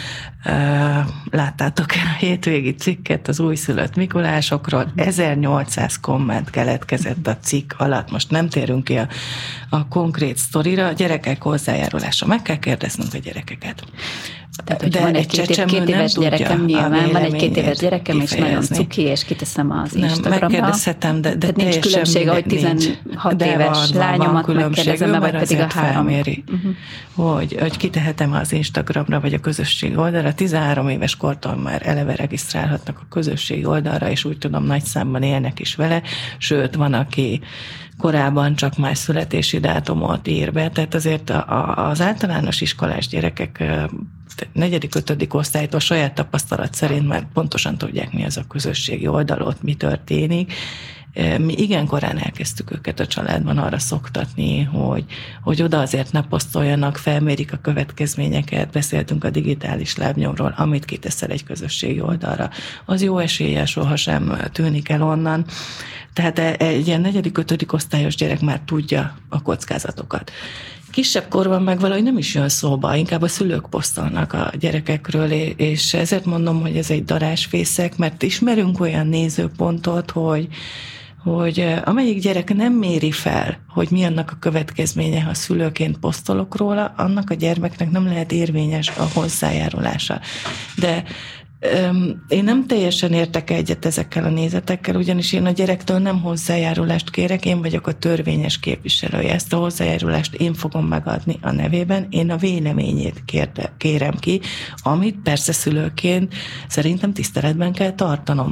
láttátok a hétvégi cikket az újszülött Mikulásokról. ezernyolcszáz komment keletkezett a cikk alatt. Most nem térünk ki a, a konkrét sztorira. A gyerekek hozzájárulása. Meg kell kérdeznünk a gyerekeket. Tehát, de van egy két, év, két éves gyerekem, nyilván van egy két éves gyerekem, és nagyon cuki, és kiteszem az nem, Instagramra. Megkérdezhetem, de, de nincs különbség, ahogy tizenhat éves van, lányomat van megkérdezem, vagy pedig a három. Uh-huh. Hogy, hogy kitehetem az Instagramra, vagy a közösségi oldalra. tizenhárom éves kortól már eleve regisztrálhatnak a közösségi oldalra, és úgy tudom, nagy számban élnek is vele. Sőt, van, aki korábban csak más születési dátumot ír be, tehát azért az általános iskolás gyerekek negyedik, ötödik osztálytól saját tapasztalat szerint már pontosan tudják, mi az a közösségi oldalot, mi történik. Mi igen korán elkezdtük őket a családban arra szoktatni, hogy, hogy oda azért ne posztoljanak, felmérik a következményeket, beszéltünk a digitális lábnyomról, amit kiteszel egy közösségi oldalra. Az jó eséllyel sohasem tűnik el onnan. Tehát egy ilyen negyedik, ötödik osztályos gyerek már tudja a kockázatokat. Kisebb korban meg valahogy nem is jön szóba, inkább a szülők posztolnak a gyerekekről, és ezért mondom, hogy ez egy darásfészek, mert ismerünk olyan nézőpontot, hogy hogy amelyik gyerek nem méri fel, hogy mi annak a következménye, ha szülőként posztolok róla, annak a gyermeknek nem lehet érvényes a hozzájárulása. De öm, én nem teljesen értek egyet ezekkel a nézetekkel, ugyanis én a gyerektől nem hozzájárulást kérek, én vagyok a törvényes képviselője. Ezt a hozzájárulást én fogom megadni a nevében, én a véleményét kérde, kérem ki, amit persze szülőként szerintem tiszteletben kell tartanom.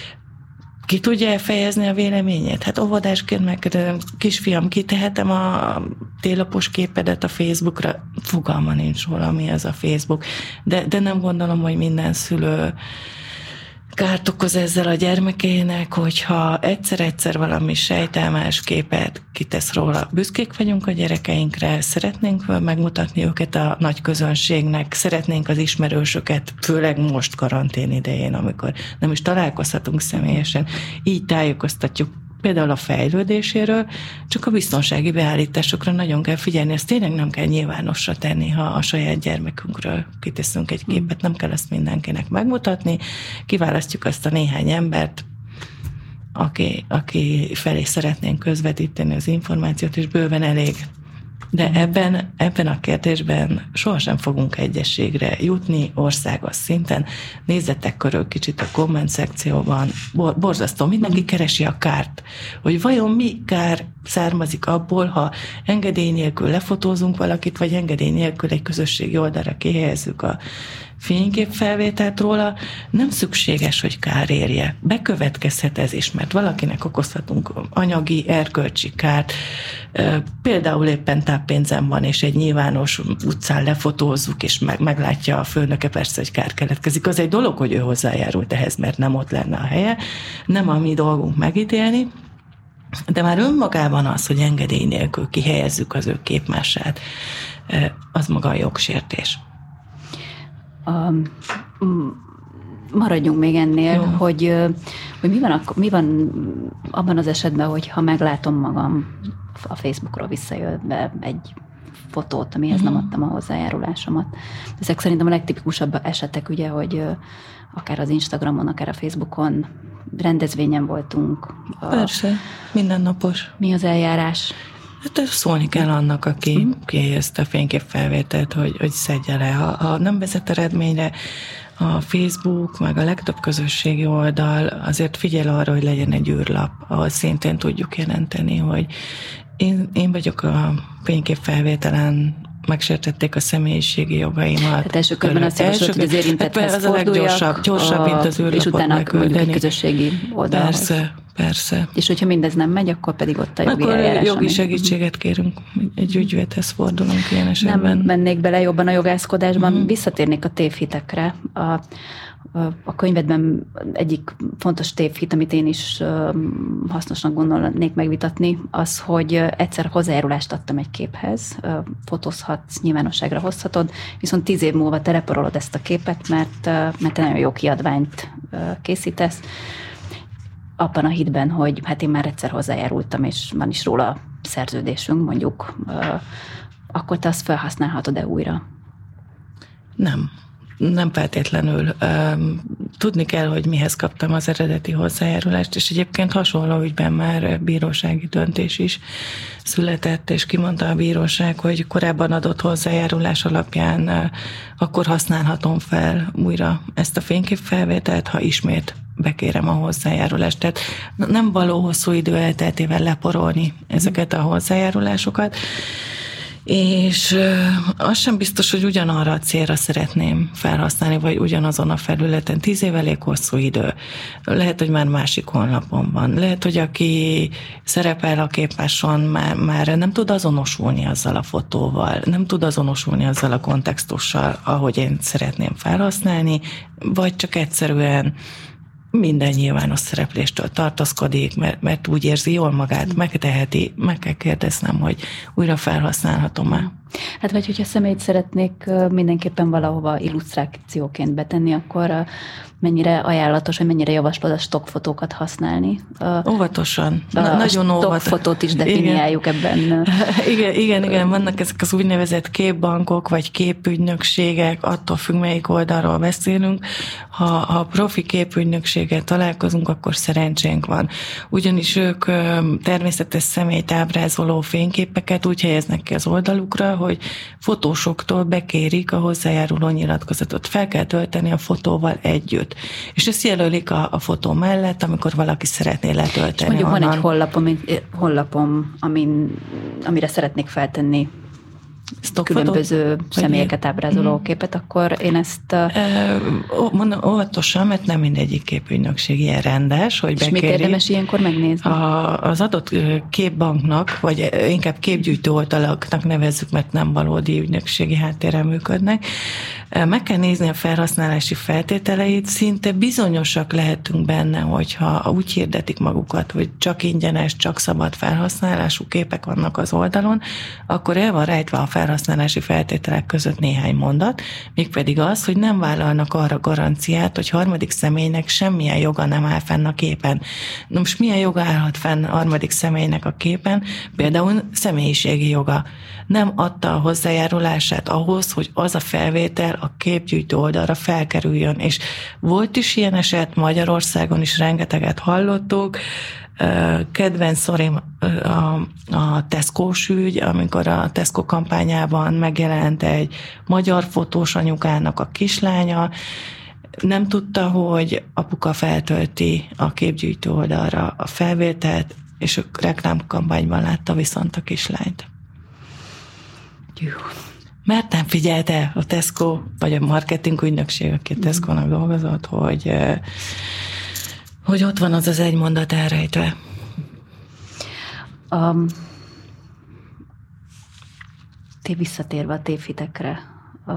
Ki tudja fejezni a véleményét? Hát óvodásként megkérdezem, kisfiam, kitehetem a télapos képedet a Facebookra? Fogalma nincs róla, mi az a Facebook. De, de nem gondolom, hogy minden szülő kárt okoz ezzel a gyermekének, hogyha egyszer-egyszer valami sejtelmes képet kitesz róla. Büszkék vagyunk a gyerekeinkre, szeretnénk megmutatni őket a nagy közönségnek, szeretnénk az ismerősöket, főleg most karantén idején, amikor nem is találkozhatunk személyesen, így tájékoztatjuk például a fejlődéséről, csak a biztonsági beállításokra nagyon kell figyelni. Ezt tényleg nem kell nyilvánosra tenni, ha a saját gyermekünkről kiteszünk egy képet, nem kell ezt mindenkinek megmutatni. Kiválasztjuk azt a néhány embert, aki, aki felé szeretnénk közvetíteni az információt, és bőven elég. De ebben, ebben a kérdésben sohasem fogunk egyességre jutni országos szinten. Nézzetek körül kicsit a komment szekcióban, Bor- borzasztó, mindenki keresi a kárt, hogy vajon mi kár származik abból, ha engedély nélkül lefotózunk valakit, vagy engedély nélkül egy közösségi oldalra kihelyezzük a fényképfelvételt róla, nem szükséges, hogy kár érje. Bekövetkezhet ez is, mert valakinek okozhatunk anyagi, erkölcsi kárt. Például éppen táppénzem van, és egy nyilvános utcán lefotózzuk, és meg, meglátja a főnöke, persze, hogy kár keletkezik. Az egy dolog, hogy ő hozzájárult ehhez, mert nem ott lenne a helye. Nem a mi dolgunk megítélni, de már önmagában az, hogy engedély nélkül kihelyezzük az ő képmását, az maga a jogsértés. Um, maradjunk még ennél, hogy, hogy mi, van ak- mi van abban az esetben, hogy ha meglátom magam a Facebookról visszajövve egy fotót, amihez uh-huh. nem adtam a hozzájárulásomat. Ezek szerintem a legtipikusabb esetek, ugye, hogy akár az Instagramon, akár a Facebookon rendezvényen voltunk. Persze, mindennapos. Mi az eljárás? Hát szólni kell annak, aki mm. kihelyezte a fényképfelvételt, hogy, hogy szedje le. Ha, ha nem vezet eredményre, a Facebook, meg a legtöbb közösségi oldal azért figyel arra, hogy legyen egy űrlap, ahol szintén tudjuk jelenteni, hogy én, én vagyok a fényképfelvételen, megsértették a személyiségi jogaimat. Tehát első körben azt javasolt, hogy az érintetthez hát forduljak, gyorsabb, gyorsabb, mint az űrlapot és utána megküldeni. Közösségi oldalhoz. Persze, persze. És hogyha mindez nem megy, akkor pedig ott a jogi eljárás. Akkor jogi segítséget kérünk, egy ügyvédhez fordulunk ilyen esetben. Nem mennék bele jobban a jogászkodásban, mm. visszatérnék a tévhitekre. A, A könyvedben egyik fontos tévhit, amit én is hasznosnak gondolnék megvitatni, az, hogy egyszer hozzájárulást adtam egy képhez, fotózhatsz, nyilvánosságra hozhatod, viszont tíz év múlva te leporolod ezt a képet, mert, mert te nagyon jó kiadványt készítesz, abban a hitben, hogy hát én már egyszer hozzájárultam, és van is róla szerződésünk, mondjuk, akkor te azt felhasználhatod-e újra? Nem. Nem feltétlenül. Tudni kell, hogy mihez kaptam az eredeti hozzájárulást, és egyébként hasonló ügyben már bírósági döntés is született, és kimondta a bíróság, hogy korábban adott hozzájárulás alapján akkor használhatom fel újra ezt a fényképfelvételt, ha ismét bekérem a hozzájárulást. Tehát nem való hosszú idő elteltével leporolni ezeket a hozzájárulásokat, és az sem biztos, hogy ugyanarra a célra szeretném felhasználni, vagy ugyanazon a felületen. Tíz év elég hosszú idő. Lehet, hogy már másik honlapon van. Lehet, hogy aki szerepel a képmáson, már, már nem tud azonosulni azzal a fotóval, nem tud azonosulni azzal a kontextussal, ahogy én szeretném felhasználni, vagy csak egyszerűen minden nyilvános szerepléstől tartózkodik, mert, mert úgy érzi jól magát, megteheti, meg kell kérdeznem, hogy újra felhasználhatom-e. Hát vagy hogyha személyt szeretnék mindenképpen valahova illusztrációként betenni, akkor mennyire ajánlatos, vagy mennyire javaslod a stockfotókat használni? Óvatosan. A, Na, a nagyon óvatosan. Stockfotót is definiáljuk igen. ebben. Igen, igen, igen, vannak ezek az úgynevezett képbankok, vagy képügynökségek, attól függ, melyik oldalról beszélünk. Ha, ha profi képügynökséggel találkozunk, akkor szerencsénk van. Ugyanis ők természetes személyt ábrázoló fényképeket úgy helyeznek ki az oldalukra, hogy fotósoktól bekérik a hozzájáruló nyilatkozatot. Fel kell tölteni a fotóval együtt. És ezt jelölik a, a fotó mellett, amikor valaki szeretné letölteni. És mondjuk onnan. Van egy honlapom, honlapom amin, amire szeretnék feltenni különböző személyeket ábrázoló mm. képet, akkor én ezt... Uh... Mondom, óvatosan, mert nem mindegyik képügynökség ilyen rendes, hogy bekéri. És mit érdemes ilyenkor megnézni? A, az adott képbanknak, vagy inkább képgyűjtő oldalaknak nevezzük, mert nem valódi ügynökségi háttérrel működnek, meg kell nézni a felhasználási feltételeit, szinte bizonyosak lehetünk benne, hogyha úgy hirdetik magukat, hogy csak ingyenes, csak szabad felhasználású képek vannak az oldalon, akkor el van rejtve a felhasználási feltételek között néhány mondat, mégpedig az, hogy nem vállalnak arra garanciát, hogy harmadik személynek semmilyen joga nem áll fenn a képen. Na most milyen joga állhat fenn harmadik személynek a képen? Például személyiségi joga. Nem adta a hozzájárulását ahhoz, hogy az a felvétel a képgyűjtő oldalra felkerüljön. És volt is ilyen eset, Magyarországon is rengeteget hallottuk. Kedvenc sztorim a, a Tesco-s ügy, amikor a Tesco kampányában megjelent egy magyar fotós anyukának a kislánya, nem tudta, hogy apuka feltölti a képgyűjtő oldalra a felvételt, és a reklámkampányban látta viszont a kislányt. Jó. Mert nem figyelte a Tesco, vagy a marketing ügynökség, aki a Tesco-nak dolgozott, hogy, hogy ott van az az egy mondat elrejtve. Um, té visszatérve a tévhitekre, uh,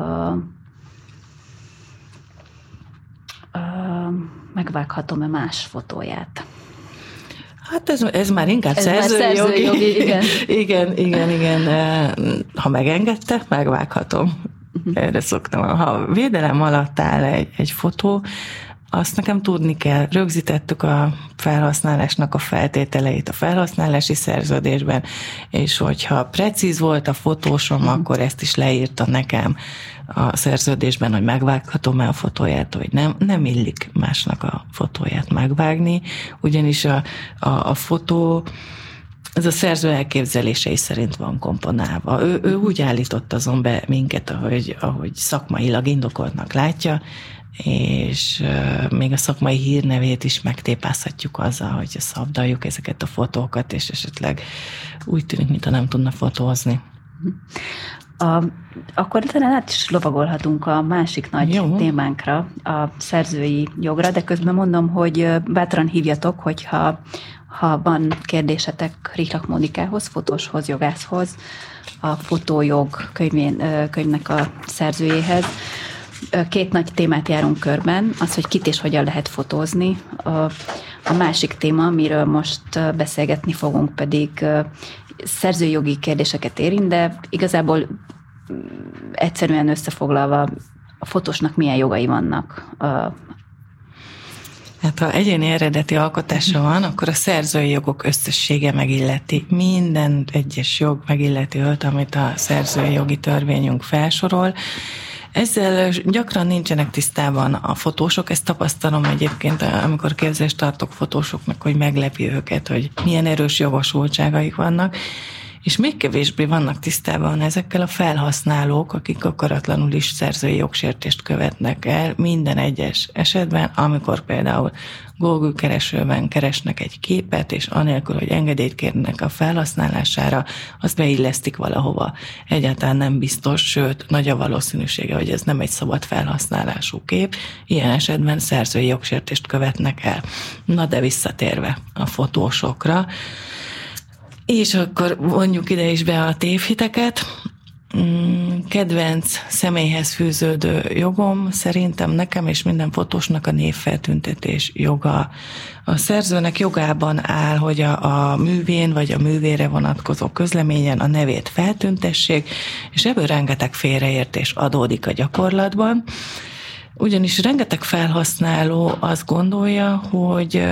uh, megvághatom-e más fotóját? Hát ez, ez már inkább ez szerzőjogi. Már szerzőjogi, igen. igen, igen, igen. Ha megengedte, megvághatom. Erre szoktam. Ha védelem alatt áll egy, egy fotó, azt nekem tudni kell. Rögzítettük a felhasználásnak a feltételeit a felhasználási szerződésben, és hogyha precíz volt a fotósom, mm. akkor ezt is leírta nekem a szerződésben, hogy megvághatom-e a fotóját, vagy nem. Nem illik másnak a fotóját megvágni, ugyanis a, a, a fotó ez a szerző elképzelései szerint van komponálva. Ő, ő úgy állított azon be minket, ahogy, ahogy szakmailag indokoltnak látja, és még a szakmai hírnevét is megtépázhatjuk azzal, hogy szabdaljuk ezeket a fotókat, és esetleg úgy tűnik, mintha nem tudna fotózni. A, akkor talán át is lovagolhatunk a másik nagy Jó. témánkra, a szerzői jogra, de közben mondom, hogy bátran hívjatok, hogyha ha van kérdésetek Richlak Mónikához, fotóshoz, jogászhoz, a fotójog könyvén, könyvnek a szerzőjéhez. két nagy témát járunk körben, az, hogy kit és hogyan lehet fotózni. A, a másik téma, amiről most beszélgetni fogunk, pedig szerzői jogi kérdéseket érint, de igazából egyszerűen összefoglalva a fotósnak milyen jogai vannak. Hát ha egyéni eredeti alkotása van, akkor a szerzői jogok összessége megilleti. Minden egyes jog megilleti őt, amit a szerzői jogi törvényünk felsorol. Ezzel gyakran nincsenek tisztában a fotósok, ezt tapasztalom egyébként, amikor képzést tartok fotósoknak, hogy meglepi őket, hogy milyen erős jogosultságaik vannak, és még kevésbé vannak tisztában ezekkel a felhasználók, akik akaratlanul is szerzői jogsértést követnek el minden egyes esetben, amikor például Google keresőben keresnek egy képet, és anélkül, hogy engedélyt kérnek a felhasználására, azt beillesztik valahova. Egyáltalán nem biztos, sőt, nagy a valószínűsége, hogy ez nem egy szabad felhasználású kép. Ilyen esetben szerzői jogsértést követnek el. Na de visszatérve a fotósokra, és akkor vonjuk ide is be a tévhiteket. Kedvenc személyhez fűződő jogom szerintem nekem és minden fotósnak a névfeltüntetés joga. A szerzőnek jogában áll, hogy a, a művén vagy a művére vonatkozó közleményen a nevét feltüntessék, és ebből rengeteg félreértés adódik a gyakorlatban. Ugyanis rengeteg felhasználó azt gondolja, hogy,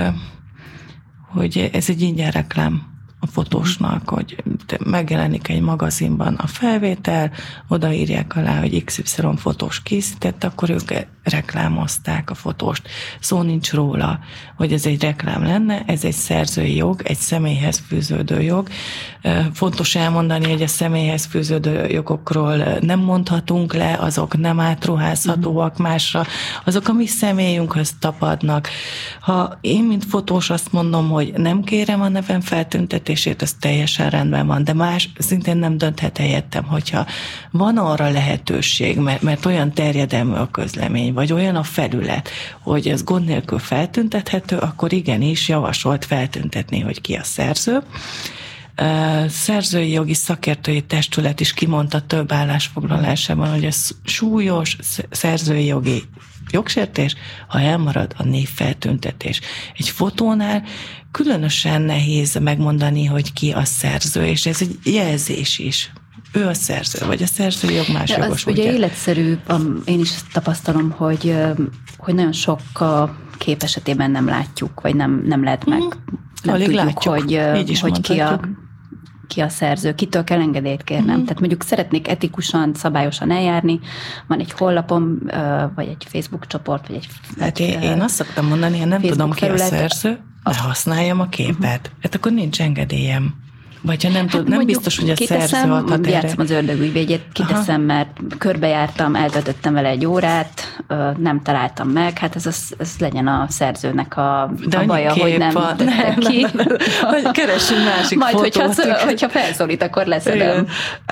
hogy ez egy ingyen reklám a fotósnak, hogy megjelenik egy magazinban a felvétel, odaírják alá, hogy iksz ipszilon fotós készített, akkor ők reklámozták a fotóst. Szó nincs róla, hogy ez egy reklám lenne, ez egy szerzői jog, egy személyhez fűződő jog. Fontos elmondani, hogy a személyhez fűződő jogokról nem mondhatunk le, azok nem átruházhatóak másra, azok a mi személyünkhöz tapadnak. Ha én, mint fotós azt mondom, hogy nem kérem a nevem feltüntetését, az teljesen rendben van, de más szintén nem dönthet helyettem, hogyha van arra lehetőség, mert, mert olyan terjedelmű a közlemény, vagy olyan a felület, hogy ez gond nélkül feltüntethető, akkor igenis javasolt feltüntetni, hogy ki a szerző. Szerzői jogi szakértői testület is kimondta több állásfoglalásában, hogy ez súlyos szerzői jogi jogsértés, ha elmarad a névfeltüntetés. Egy fotónál különösen nehéz megmondani, hogy ki a szerző, és ez egy jelzés is. Ő a szerző, vagy a szerzői jog más jogosultja. Ugye életszerű, én is tapasztalom, hogy, hogy nagyon sok kép esetében nem látjuk, vagy nem, nem lehet meg. Nem Alig tudjuk, látjuk. hogy, hogy ki, a, ki a szerző, kitől kell engedélyt kérnem. Mm. Tehát mondjuk szeretnék etikusan, szabályosan eljárni, van egy honlapom, vagy egy Facebook csoport, vagy egy Hát én, én azt szoktam mondani, ha nem Facebook tudom ki felület, a szerző, ne használjam a képet. Uh-huh. Hát akkor nincs engedélyem. Vagy ha nem, tud, hát nem biztos, hogy a szerző adhat erre. Játszom az ördögügyvédjét, kiteszem, aha, mert körbejártam, eltöltöttem vele egy órát, nem találtam meg, hát ez, az, ez legyen a szerzőnek a, a baja, hogy nem tette ki. Vagy keressünk másik majd, fotót. Majd, hogyha, hogyha felszólít, akkor leszedem.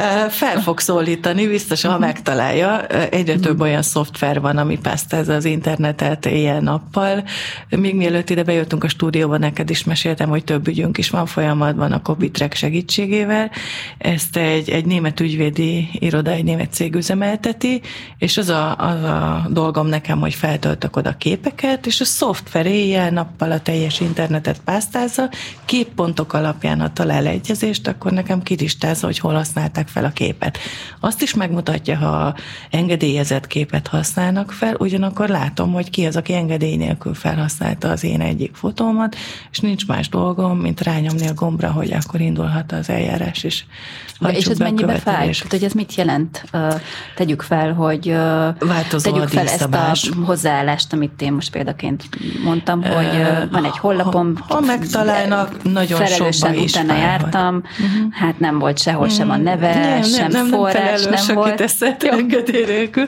Fel fog szólítani, biztos, ha megtalálja. Egyre több olyan szoftver van, ami pásztázza az internetet éjjel-nappal. Még mielőtt ide bejöttünk a stúdióba, neked is meséltem, hogy több ügyünk is van folyamatban a Cobitrack segítségével. Ezt egy, egy német ügyvédi iroda, egy német cég üzemelteti, és az a, az a dolgom nekem, hogy feltöltök oda képeket, és a szoftver éjjel-nappal a teljes internetet pásztázza, képpontok alapján, ha talál egyezést, akkor nekem kilistázza, hogy hol használták fel a képet. Azt is megmutatja, ha engedélyezett képet használnak fel, ugyanakkor látom, hogy ki az, aki engedély nélkül felhasználta az én egyik fotómat, és nincs más dolgom, mint rányomni a gombra, hogy akkor indul az eljárás is. És ez mennyibe fáj? Tehát, hogy ez mit jelent? Tegyük fel, hogy változó tegyük a fel ezt a hozzáállást, amit én most példaként mondtam, hogy van egy honlapom, ha megtalálnak, nagyon sokba is utána jártam, uh-huh. hát nem volt sehol uh-huh. sem a neve, nem, sem nem, forrás, nem, nem volt. Teszett engedély nélkül.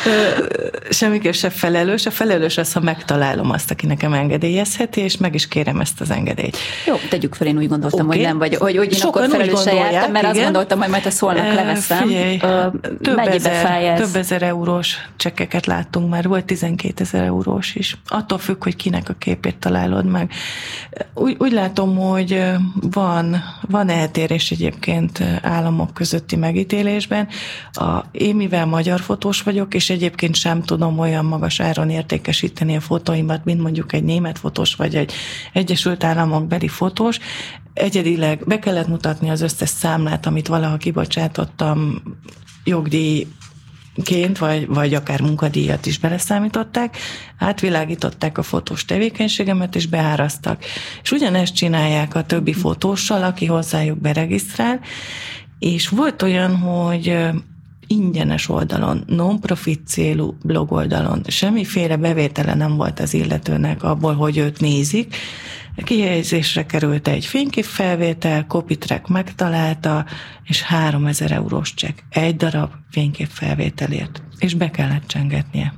Semmiképp sem felelős. A felelős az, ha megtalálom azt, aki nekem engedélyezheti, és meg is kérem ezt az engedélyt. Jó, tegyük fel, én úgy gondoltam, okay. hogy nem, vagy hogy, hogy hogy én Sokan akkor felelősen jártam, mert igen. azt gondoltam, hogy majd a szólnak leveszem. Figyelj, több ezer, ez? több ezer eurós csekkeket láttunk már, volt tizenkétezer eurós is. Attól függ, hogy kinek a képét találod meg. Úgy, úgy látom, hogy van, van eltérés egyébként államok közötti megítélésben. A, én mivel magyar fotós vagyok, és egyébként sem tudom olyan magas áron értékesíteni a fotóimat, mint mondjuk egy német fotós, vagy egy Egyesült Államok beli fotós, egyedileg be kellett mutatni az összes számlát, amit valaha kibocsátottam jogdíjként, vagy, vagy akár munkadíjat is beleszámították, átvilágították a fotós tevékenységemet, és beáraztak. És ugyanezt csinálják a többi fotóssal, aki hozzájuk beregisztrál, és volt olyan, hogy ingyenes oldalon, non-profit célú blog oldalon, semmiféle bevétele nem volt az illetőnek abból, hogy őt nézik. Kihelyezésre került egy fényképfelvétel, copytrack megtalálta, és háromezer eurós csekk. Egy darab fényképfelvételért. És be kellett csengetnie.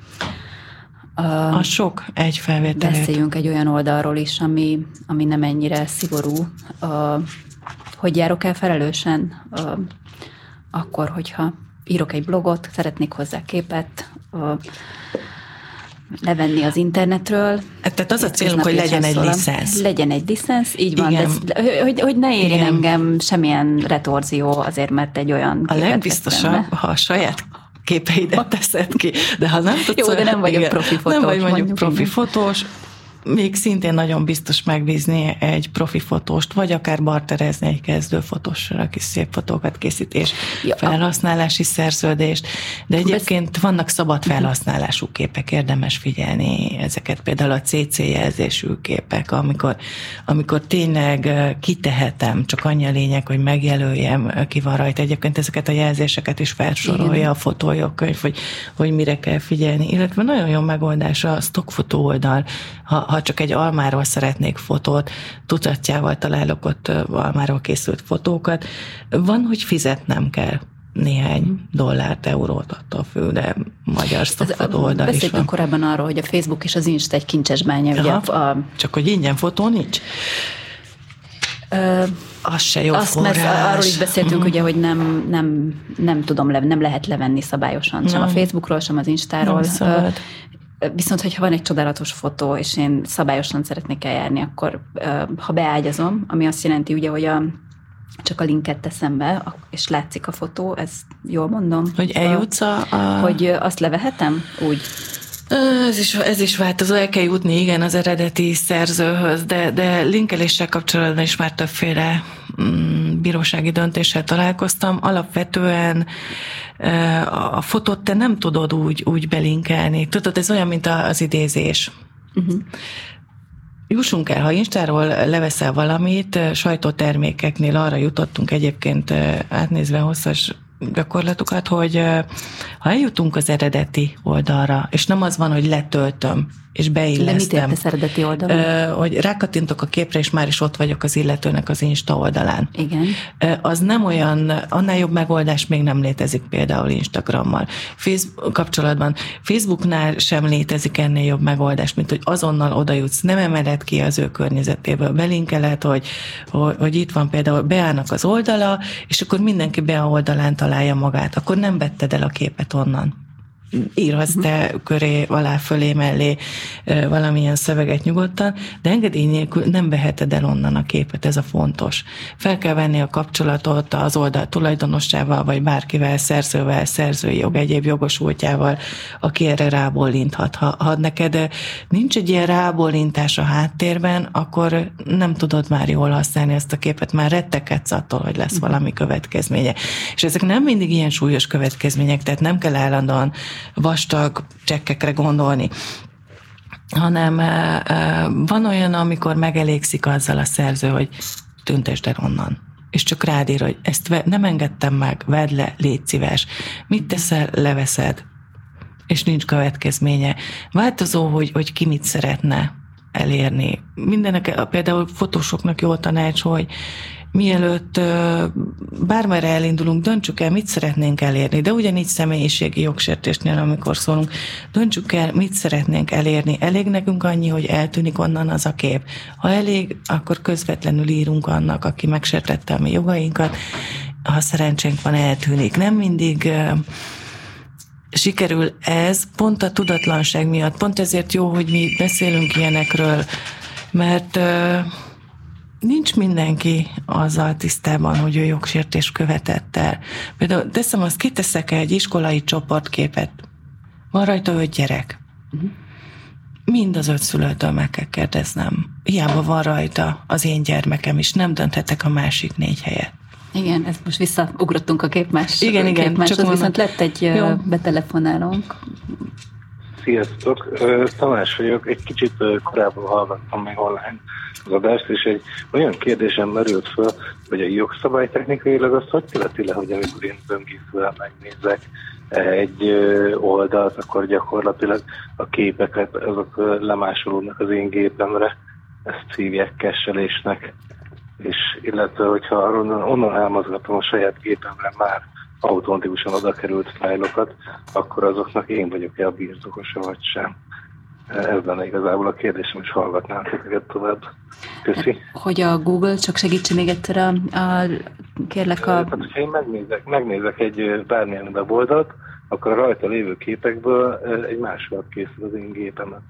A sok egy felvételért. Beszéljünk egy olyan oldalról is, ami, ami nem ennyire szigorú. Uh, hogy járok el felelősen? Uh, akkor, hogyha írok egy blogot, szeretnék hozzá képet, uh, levenni az internetről. Tehát az a célunk, hogy legyen egy licensz. Legyen egy licensz, így van, de ez, hogy, hogy ne érjen Igen. engem semmilyen retorzió azért, mert egy olyan A legbiztosabb, ha a saját képeidet teszed ki, de ha nem tudsz... Jó, de nem vagyok igen, profi fotós. Nem vagy mondjuk, mondjuk profi igen. fotós, még szintén nagyon biztos megbízni egy profi fotóst, vagy akár barterezni egy kezdő fotóssal, aki szép fotókat készít, és ja. felhasználási szerződést. De egyébként Besz... vannak szabad felhasználású képek, érdemes figyelni ezeket, például a cé cé jelzésű képek, amikor, amikor tényleg kitehetem, csak annyi a lényeg, hogy megjelöljem, ki van rajta. Egyébként ezeket a jelzéseket is felsorolja Igen. a fotójogkönyv, hogy, hogy mire kell figyelni. Illetve nagyon jó megoldás a stockfotó oldal, ha Ha csak egy almáról szeretnék fotót, tucatjával találok ott almáról készült fotókat, van, hogy fizetnem kell néhány dollárt, eurót, attól függ, de magyar stockfotó oldal is van. Beszéltünk korábban arról, hogy a Facebook és az Insta egy kincses bánya. Ugye a... Csak hogy ingyen fotó nincs? Ö, az se jó azt forrás. Mert arról is beszéltünk, uh-huh. ugye, hogy nem, nem, nem tudom, le, nem lehet levenni szabályosan, sem nem. a Facebookról, sem az Instáról. Viszont, hogyha van egy csodálatos fotó, és én szabályosan szeretnék eljárni, akkor ha beágyazom, ami azt jelenti, ugye, hogy a, csak a linket teszem be, és látszik a fotó, ezt jól mondom? Hogy eljutsz a... a... Hogy azt levehetem? Úgy. Ez is, ez is változó, el kell jutni, igen, az eredeti szerzőhöz, de, de linkeléssel kapcsolatban is már többféle mm, bírósági döntéssel találkoztam. Alapvetően a fotót te nem tudod úgy, úgy belinkelni. Tudod, ez olyan, mint az idézés. Uh-huh. Jussunk el, ha Instáról leveszel valamit, sajtótermékeknél arra jutottunk egyébként átnézve hosszas gyakorlatokat, hogy ha eljutunk az eredeti oldalra, és nem az van, hogy letöltöm, és beillesztem. De mit értesz eredeti oldalon? Hogy rákattintok a képre, és már is ott vagyok az illetőnek az Insta oldalán. Igen. Az nem olyan, annál jobb megoldás még nem létezik például Instagrammal. Facebook kapcsolatban Facebooknál sem létezik ennél jobb megoldás, mint hogy azonnal oda jutsz, nem emeled ki az ő környezetéből, belinkeled, hogy, hogy, hogy itt van például, beállnak az oldala, és akkor mindenki be a oldalán találja magát, akkor nem vetted el a képet onnan. Írhatsz te köré, alá, fölé, mellé valamilyen szöveget nyugodtan, de engedély nélkül nem veheted el onnan a képet, ez a fontos. Fel kell venni a kapcsolatot az oldal tulajdonossával, vagy bárkivel, szerzővel, szerzői jog, egyéb jogosultjával, aki erre rábólinthat. Ha, ha neked nincs egy ilyen rábólintás a háttérben, akkor nem tudod már jól használni ezt a képet, már rettegedsz attól, hogy lesz valami következménye. És ezek nem mindig ilyen súlyos következmények, tehát nem kell állandóan vastag csekkekre gondolni, hanem van olyan, amikor megelégszik azzal a szerző, hogy tüntesd el onnan. És csak rád ír, hogy ezt nem engedtem meg, vedd le, légy szíves. Mit teszel, leveszed, és nincs következménye. Változó, hogy, hogy ki mit szeretne elérni. Mindenek, például fotósoknak jó tanács, hogy mielőtt bármerre elindulunk, döntsük el, mit szeretnénk elérni. De ugyanígy személyiségi jogsértésnél, amikor szólunk, döntsük el, mit szeretnénk elérni. Elég nekünk annyi, hogy eltűnik onnan az a kép. Ha elég, akkor közvetlenül írunk annak, aki megsértette a mi jogainkat. Ha szerencsénk van, eltűnik. Nem mindig sikerül ez, pont a tudatlanság miatt. Pont ezért jó, hogy mi beszélünk ilyenekről, mert nincs mindenki azzal tisztában, hogy ő jogsértést követett el. Például teszem azt, kiteszek egy iskolai csoportképet. Van rajta öt gyerek. Uh-huh. Mind az öt szülőtől meg kell kérdeznem. Hiába van rajta az én gyermekem is, nem dönthetek a másik négy helyet. Igen, ezt most visszaugrottunk a képmás. Igen, igen. Képmáshoz, viszont lett egy jó. betelefonálónk. Sziasztok! Tamás vagyok, egy kicsit korábban hallgattam meg online az adást, és egy olyan kérdésem merült föl, hogy a jogszabálytechnikailag azt hogy illeti le, hogy amikor én böngészővel megnézek egy oldalt, akkor gyakorlatilag a képeket, azok lemásolódnak az én gépemre, ezt hívják cache-elésnek, és illetve, hogyha onnan, onnan elmozgatom a saját gépemre már automatikusan oda került fájlokat, akkor azoknak én vagyok-e a birtokosa, vagy sem. Ez lenne igazából a kérdésem, és hallgatnám titeket tovább. Köszi. Hogy a Google, csak segítsen még egyszer a, a kérlek a... Tehát, hogyha én megnézek, megnézek egy bármilyen weboldalt, akkor a rajta lévő képekből egy másolat készül az én gépemet.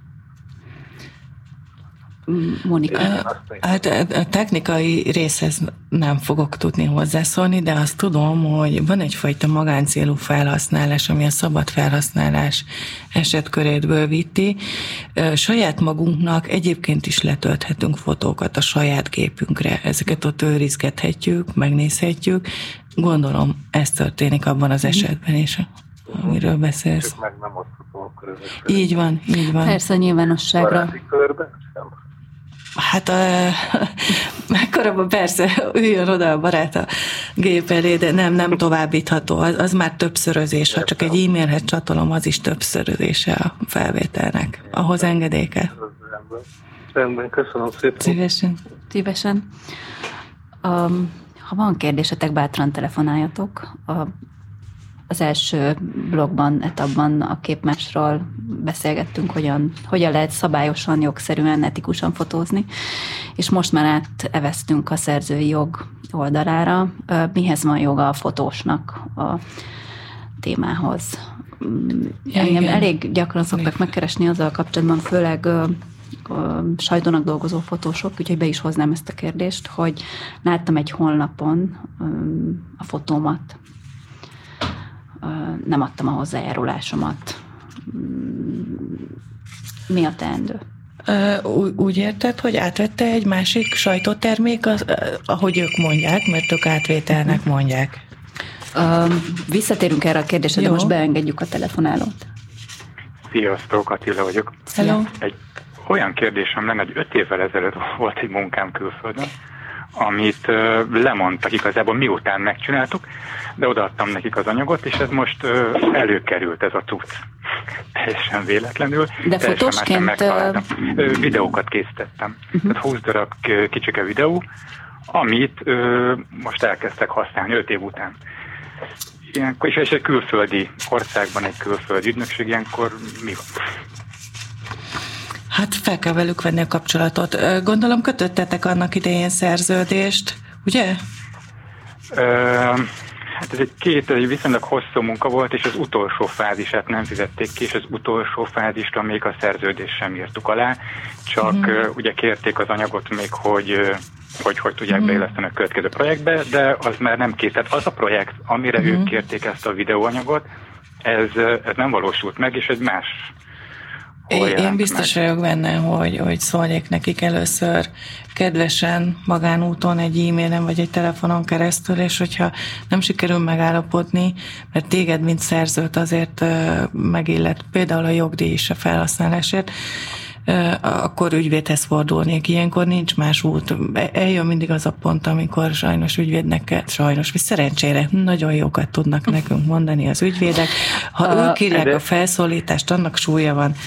Monika. Hát a technikai részhez nem fogok tudni hozzászólni, de azt tudom, hogy van egyfajta magáncélú felhasználás, ami a szabad felhasználás esetkörét bővíti. Saját magunknak egyébként is letölthetünk fotókat a saját gépünkre. Ezeket ott őrizgethetjük, megnézhetjük. Gondolom, ez történik abban az esetben is, amiről beszélsz. Meg nem osztható akkor ezek. Így van, így van. Persze, a nyilvánosságra. Baráti körben sem. Hát megkorabban persze üljön oda a barát a gép elé, de nem, nem továbbítható. Az, az már többszörözés. Ha csak egy e-mailhez csatolom, az is többszörözése a felvételnek. Ahhoz engedéke. Rendben, köszönöm szépen. Szívesen. Szívesen. Um, ha van kérdésetek, bátran telefonáljatok. A, az első blogban, etapban a képmásról beszélgettünk, hogyan, hogyan lehet szabályosan, jogszerűen, etikusan fotózni, és most már áteveztünk a szerzői jog oldalára. Mihez van joga a fotósnak a témához? Ja, engem igen. Elég gyakran szoktak megkeresni azzal kapcsolatban, főleg a sajtónak dolgozó fotósok, úgyhogy be is hoznám ezt a kérdést, hogy láttam egy honlapon a fotómat, nem adtam a hozzájárulásomat. Mi a teendő? Úgy érted, hogy átvette egy másik sajtótermék, az, ahogy ők mondják, mert ők átvételnek mondják. Uh, visszatérünk erre a kérdésre, de most beengedjük a telefonálót. Sziasztok, Attila vagyok. Hello. Egy olyan kérdésem lenne, hogy öt évvel ezelőtt volt egy munkám külföldön, amit uh, lemondtak igazából, miután megcsináltuk, de odaadtam nekik az anyagot, és ez most uh, előkerült ez a cucc. Teljesen véletlenül. De fotósként... Uh, videókat készítettem. Uh-huh. Tehát húsz darab kicsike videó, amit uh, most elkezdtek használni öt év után. Ilyenkor, és egy külföldi országban, egy külföldi ügynökség, ilyenkor mi van? Hát fel kell velük venni a kapcsolatot. Gondolom kötöttetek annak idején szerződést, ugye? Uh, hát ez egy két, egy viszonylag hosszú munka volt, és az utolsó fázisát nem fizették ki, és az utolsó fázisra még a szerződést sem írtuk alá, csak mm. uh, ugye kérték az anyagot még, hogy uh, hogy hogy tudják mm. beilleszteni a következő projektbe, de az már nem kész. Tehát az a projekt, amire mm. ők kérték ezt a videóanyagot, ez, ez nem valósult meg, és egy más Én, én biztos meg. vagyok benne, hogy, hogy szóljék nekik először kedvesen, magánúton, egy e-mailen vagy egy telefonon keresztül, és hogyha nem sikerül megállapodni, mert téged, mint szerzőt azért megillet, például a jogdíj is a felhasználásért, akkor ügyvédhez fordulnék. Ilyenkor nincs más út. Eljön mindig az a pont, amikor sajnos ügyvédnek kell, sajnos, vagy szerencsére nagyon jókat tudnak nekünk mondani az ügyvédek. Ha a, ők írják de... a felszólítást, annak súlya van.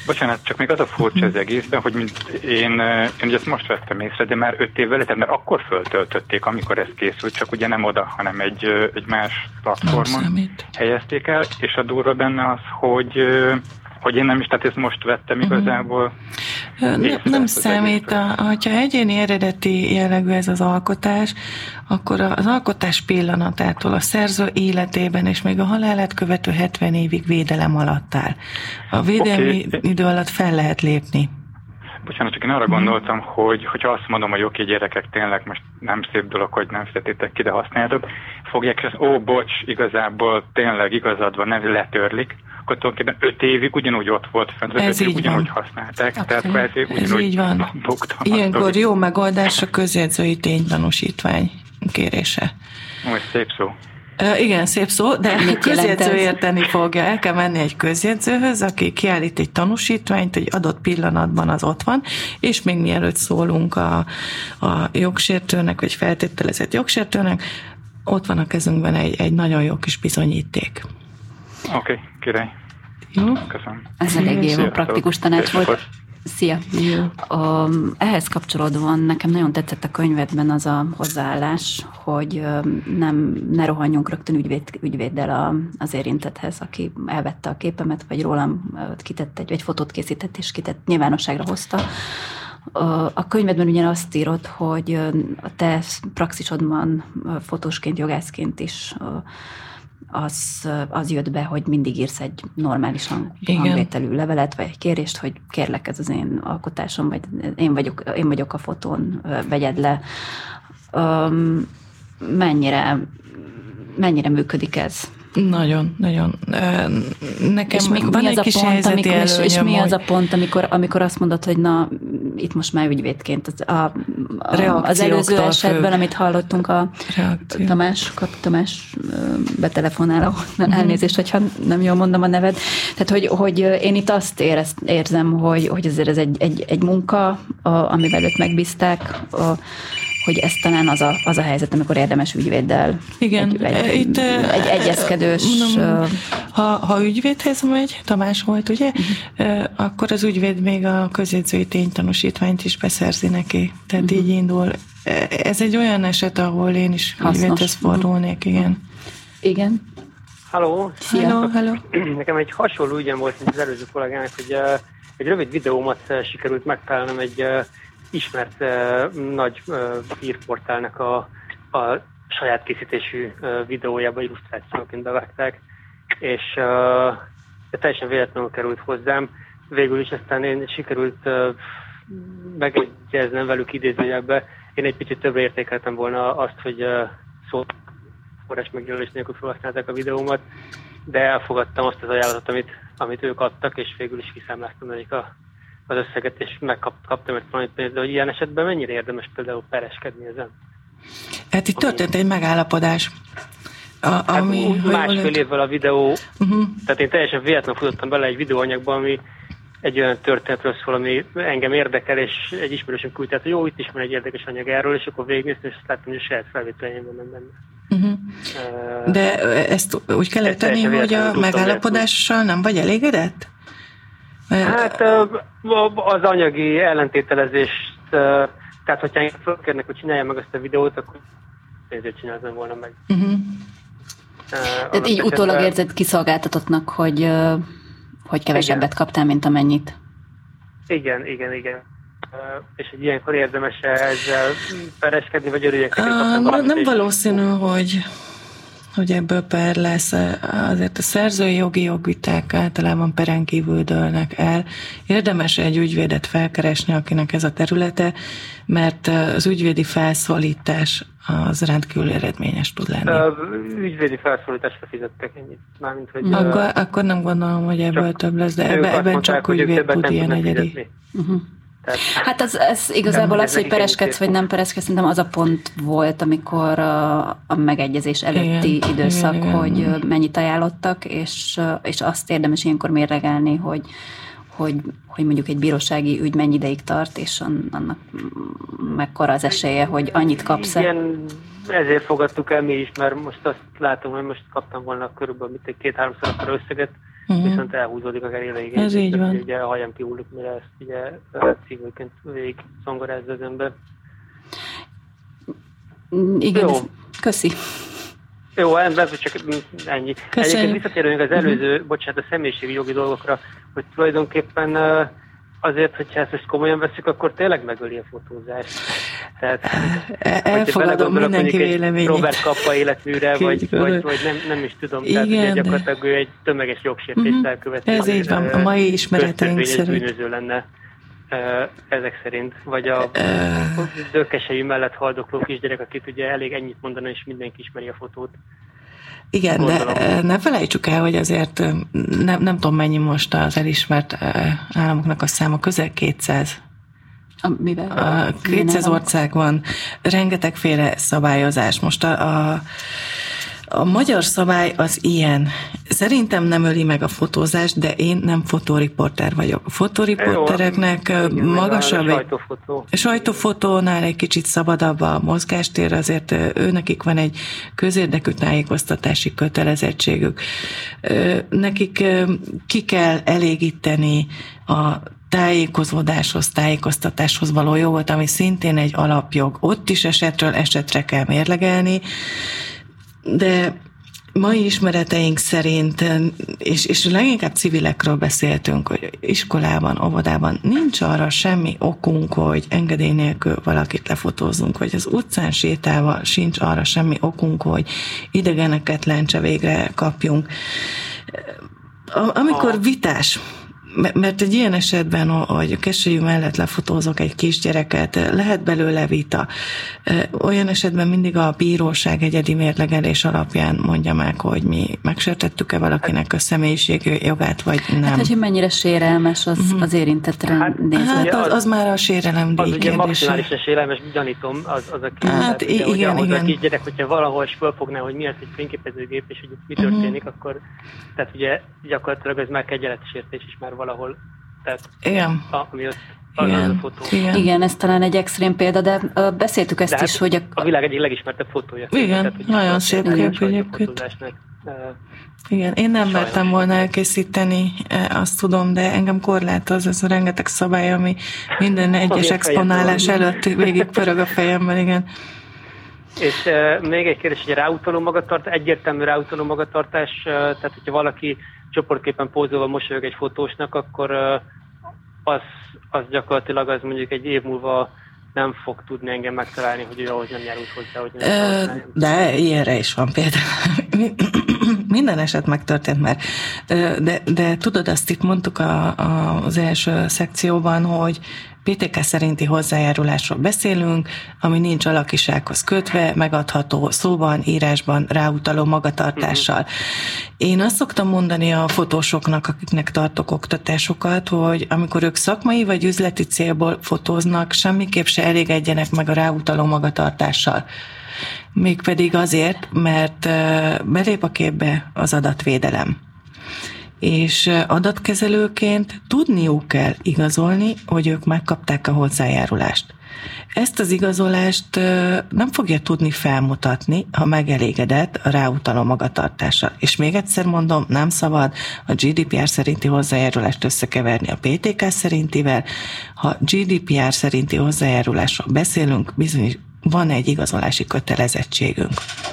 Bocsánat, csak még az a furcsa az egészben, hogy mint én, én ugye ezt most vettem észre, de már öt évvel ezelőtt, mert akkor föltöltötték, amikor ez készült, csak ugye nem oda, hanem egy, egy más platformon helyezték el, és a durva benne az, hogy, hogy én nem is, tehát ezt most vettem igazából. Ne, nem számít, a, hogyha egyéni eredeti jellegű ez az alkotás, akkor az alkotás pillanatától a szerző életében és még a halálát követő hetven évig védelem alatt áll. A védelmi okay. idő alatt fel lehet lépni. Bocsánat, csak én arra gondoltam, hmm. hogy hogyha azt mondom, hogy oké, gyerekek, tényleg most nem szép dolog, hogy nem fizetétek ki, de használjátok, fogják, és ó, bocs, igazából tényleg igazad van, nem letörlik, akkor tulajdonképpen öt évig ugyanúgy ott volt fent, ez így ugyanúgy van. Használták, Abszolút. tehát kvázi ugyanúgy ez így van. Ilyenkor jó megoldás a közjegyzői ténytanúsítvány kérése. Ó, ez szép szó. Uh, igen, szép szó, de a közjegyző érteni fogja. El kell menni egy közjegyzőhöz, aki kiállít egy tanúsítványt, egy adott pillanatban az ott van, és még mielőtt szólunk a, a jogsértőnek, vagy feltételezett jogsértőnek, ott van a kezünkben egy, egy nagyon jó kis bizonyíték. Oké, okay, király. Jó? Köszönöm. Ez elég jó praktikus tanács volt. Szia! Um, ehhez kapcsolódóan nekem nagyon tetszett a könyvedben az a hozzáállás, hogy nem, ne rohanjunk rögtön ügyvéd, ügyvéddel a, az érintetthez, aki elvette a képemet, vagy rólam kitett egy, egy fotót készített, és kitett, nyilvánosságra hozta. A könyvedben ugyan azt írod, hogy a te praxisodban fotósként, jogászként is Az, az jött be, hogy mindig írsz egy normálisan hangvételű levelet, vagy egy kérést, hogy kérlek, ez az én alkotásom, vagy én vagyok, én vagyok a fotón, vegyed le. Um, mennyire, mennyire működik ez? Nagyon, nagyon. Nekem és mi, van mi egy az kis a pont, amikor, előnyöm, és, és mi hogy... az a pont, amikor, amikor azt mondod, hogy na, itt most már ügyvédként az, a, a, az előző esetben, fő. Amit hallottunk a Reakció. Tamás, Kap Tamás betelefonál, elnézést, hogyha nem jól mondom a neved. Tehát, hogy, hogy én itt azt érez, érzem, hogy, hogy ezért ez egy, egy, egy munka, a, amivel őt megbízták, a, hogy ez talán az a, az a helyzet, amikor érdemes ügyvéddel. Igen, egy, egy, itt, egy egyezkedős... Mondom, ha, ha ügyvédhez megy, Tamás volt, ugye, uh-huh. akkor az ügyvéd még a közjegyzői ténytanúsítványt is beszerzi neki. Tehát uh-huh. így indul. Ez egy olyan eset, ahol én is hasznos. Ügyvédhez fordulnék, igen. Uh-huh. Igen. Halló. Hello, hello. Nekem egy hasonló ügyem volt, mint az előző kollégának, hogy uh, egy rövid videómat uh, sikerült megtalálnom egy uh, ismert uh, nagy uh, hírportálnak a, a saját készítésű uh, videójába illusztrációként bevágták, és uh, teljesen véletlenül került hozzám. Végül is aztán én sikerült uh, megegyeznem velük idézőjelbe. Én egy picit többre értékeltem volna azt, hogy uh, szót forrás megjelölés nélkül felhasználták a videómat, de elfogadtam azt az ajánlatot, amit, amit ők adtak, és végül is kiszámláztam nekik a az összeget, és megkaptam egy valamit pénzt, de hogy ilyen esetben mennyire érdemes például pereskedni ezen? Hát itt történt egy megállapodás. A, ami, hát másfél évvel a videó, uh-huh. tehát én teljesen véletlenül futottam bele egy videóanyagba, ami egy olyan történetről szól, ami engem érdekel, és egy ismerősöm küldte, hogy jó, itt is van egy érdekes anyag erről, és akkor végignéztem, és azt láttam, hogy a saját felvételjeimben nem benne. Uh-huh. Uh, de ezt úgy kellett tenni, hogy a megállapodással nem vagy elégedett? Hát az anyagi ellentételezést, tehát hogyha engem fölkérnek, hogy csináljam meg azt a videót, akkor pénzért csináltam volna meg. Uh-huh. Uh, Tehát így utólag érzed kiszolgáltatottnak, hogy, hogy kevesebbet igen. kaptál, mint amennyit. Igen, igen, igen. Uh, és egy ilyenkor érdemes ezzel pereskedni, vagy örüljek? Uh, nem valószínű, hogy... hogy ebből per lesz. Azért a szerzői jogi jogviták általában peren kívül dőlnek el. Érdemes egy ügyvédet felkeresni, akinek ez a területe, mert az ügyvédi felszólítás az rendkívül eredményes tud lenni. A ügyvédi felszólításra fizettek ennyit. Mármint, hogy akkor, uh, akkor nem gondolom, hogy ebből több lesz, de ebben, ebben csak ügyvéd tud ilyen egyedi. Uh-huh. Tehát, hát az, ez igazából az, hogy pereskedsz vagy nem pereskedsz, szerintem az a pont volt, amikor a, a megegyezés előtti igen, időszak, igen, hogy igen. mennyit ajánlottak, és, és azt érdemes ilyenkor mérlegelni, hogy, hogy, hogy mondjuk egy bírósági ügy mennyi ideig tart, és annak mekkora az esélye, hogy annyit kapsz. Igen, ezért fogadtuk el mi is, mert most azt látom, hogy most kaptam volna körülbelül két-háromszor akkor összeget, uh-huh. viszont elhúzódik akár évekig. Ez így van. Ugye a hajam kiúlik, mire ezt ugye cívőként végig szongorázza az ember. Igen, ez, köszi. Jó, ember, csak ennyi. Egyébként visszatérünk az előző, uh-huh. bocsánat, a személyiségi jogi dolgokra, hogy tulajdonképpen azért, hogyha ezt most komolyan veszük, akkor tényleg megöli a fotózást. Tehát, elfogadom mindenki véleményét. Robert Kappa életműre, vagy, vagy, vagy nem, nem is tudom, igen, tehát ugye gyakorlatilag ő egy tömeges jogsértést uh-huh. elkövető. Ez így van, a mai ismereteink szerint. Bűnöző lenne ezek szerint. Vagy a uh... dökkesejű mellett haldokló kisgyerek, akit ugye elég ennyit mondani, és mindenki ismeri a fotót. Igen, gondolom. De ne felejtsük el, hogy azért nem, nem tudom mennyi most az elismert államoknak a száma, közel kétszáz. A, mivel? A kétszáz ország van, rengetegféle szabályozás. Most a, a, a magyar szabály az ilyen. Szerintem nem öli meg a fotózást, de én nem fotóriporter vagyok. A fotóriportereknek igen, magasabb... Sajtófotó. Sajtófotónál egy kicsit szabadabb a mozgástér, azért őnekik van egy közérdekű tájékoztatási kötelezettségük. Nekik ki kell elégíteni a tájékozódáshoz, tájékoztatáshoz való jogot, ami szintén egy alapjog. Ott is esetről esetre kell mérlegelni, de mai ismereteink szerint, és, és leginkább civilekről beszéltünk, hogy iskolában, óvodában nincs arra semmi okunk, hogy engedély nélkül valakit lefotózzunk, vagy az utcán sétálva sincs arra semmi okunk, hogy idegeneket lencse végre kapjunk. Amikor vitás, mert egy ilyen esetben, hogy a Kesselyű mellett lefotózok egy kisgyereket, lehet belőle vita. Olyan esetben mindig a bíróság egyedi mérlegelés alapján mondja meg, hogy mi megsértettük-e valakinek a személyiség jogát, vagy nem. Hát, hogy mennyire sérelmes az, uh-huh. az érintettre hát, nézve. Hát az, az már a sérelem díj kérdése. Az ugye maximálisan sérelmes, gyanítom, az, az a kérdés. Hát ugye, igen, ugye, igen. A kisgyerek, hogyha valahol is fölfogná, hogy mi az egy fényképezőgép, és hogy mi történik, uh-huh. akkor tehát ugye gyakorlatilag ez már kegyeletsértés is már valahol. Tehát, igen. A, ami az, igen. a fotó. Igen. Igen, ez talán egy extrém példa, de uh, beszéltük ezt de hát is, hogy... A, a világ egyik legismertebb fotója. Igen, tehát, nagyon szép kép egyébként. Igen, én nem Sajnos. mertem volna elkészíteni, azt tudom, de engem korlátoz ez a rengeteg szabály, ami minden egyes exponálás előtt végig pörög a fejemben, igen. És uh, még egy kérdés, hogy ráutaló magatartás, egyértelmű ráutaló magatartás, uh, tehát hogyha valaki csoportképpen pózolva mosolyog egy fotósnak, akkor uh, az, az gyakorlatilag az mondjuk egy év múlva nem fog tudni engem megtalálni, hogy ő ahhoz nem járult hozzá, hogy nem. Ö, de ilyenre is van például. Minden eset megtörtént már. De, de tudod, azt itt mondtuk a, a, az első szekcióban, hogy pé té ká szerinti hozzájárulásról beszélünk, ami nincs alakisághoz kötve, megadható szóban, írásban, ráutaló magatartással. Uh-huh. Én azt szoktam mondani a fotósoknak, akiknek tartok oktatásokat, hogy amikor ők szakmai vagy üzleti célból fotóznak, semmiképp se elégedjenek meg a ráutaló magatartással. Mégpedig azért, mert belép a képbe az adatvédelem. És adatkezelőként tudniuk kell igazolni, hogy ők megkapták a hozzájárulást. Ezt az igazolást nem fogja tudni felmutatni, ha megelégedett a ráutaló magatartással. És még egyszer mondom, nem szabad a gé dé pé er szerinti hozzájárulást összekeverni a pé té ká szerintivel. Ha gé dé pé er szerinti hozzájárulásról beszélünk, bizony van egy igazolási kötelezettségünk.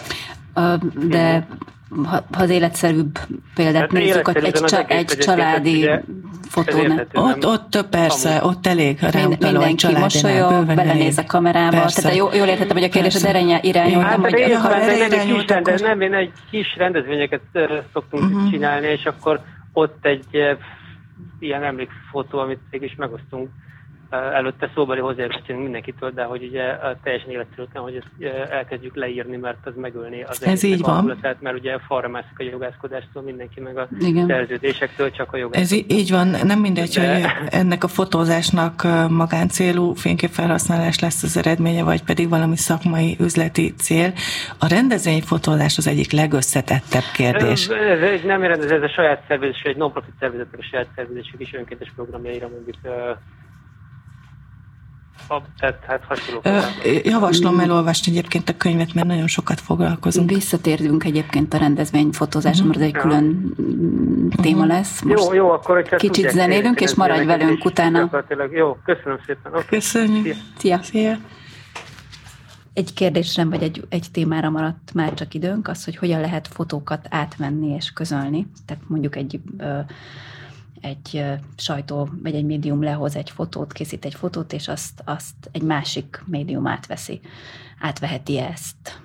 De ha az életszerűbb példát hát nézzük, hogy egy, csa, egy családi fotónál. Ott, ott persze, ott elég ráutaló egy családinál. Mindenki mosolyog, belenéz a kamerába. Persze. Tehát jól, jól értettem, hogy a kérdés az erre irányul. Hát, nem, hogy én, ha erre irányult, akkor... akkor... Nem, én egy kis rendezvényeket szoktunk uh-huh. csinálni, és akkor ott egy ilyen emlékfotó, amit mégis megosztunk, előtte szóbeli hozzájárulást mindenkitől, de hogy ugye teljesen életszerűtlen, hogy ezt elkezdjük leírni, mert az megölni az ez így van. Hangulatát, mert ugye falra mászik a jogászkodástól mindenki, meg a igen. szerződésektől csak a jogászkodás. Ez így van, nem mindegy, de... hogy ennek a fotózásnak magáncélú fényképfelhasználás lesz az eredménye, vagy pedig valami szakmai, üzleti cél. A rendezvényfotózás az egyik legösszetettebb kérdés. Ez, ez nem rendezvény, ez a saját szervezés, egy non-profit szervezetnek a saját szervezésük is önkéntes programjaira mondjuk tehát hát hasonló. Ö, javaslom elolvasni egyébként a könyvet, mert nagyon sokat foglalkozunk. Visszatérünk egyébként a rendezvényfotózásra, mert ez egy külön téma lesz. Most jó, jó, akkor hogyha kicsit zenélünk, és maradj velünk utána. Jó, köszönöm szépen. Okay. Köszönjük. Szia. Szia. Egy kérdésre, vagy egy, egy témára maradt már csak időnk, az, hogy hogyan lehet fotókat átvenni és közölni. Tehát mondjuk egy, egy sajtó, vagy egy médium lehoz egy fotót, készít egy fotót, és azt, azt egy másik médium átveszi. Átveheti ezt?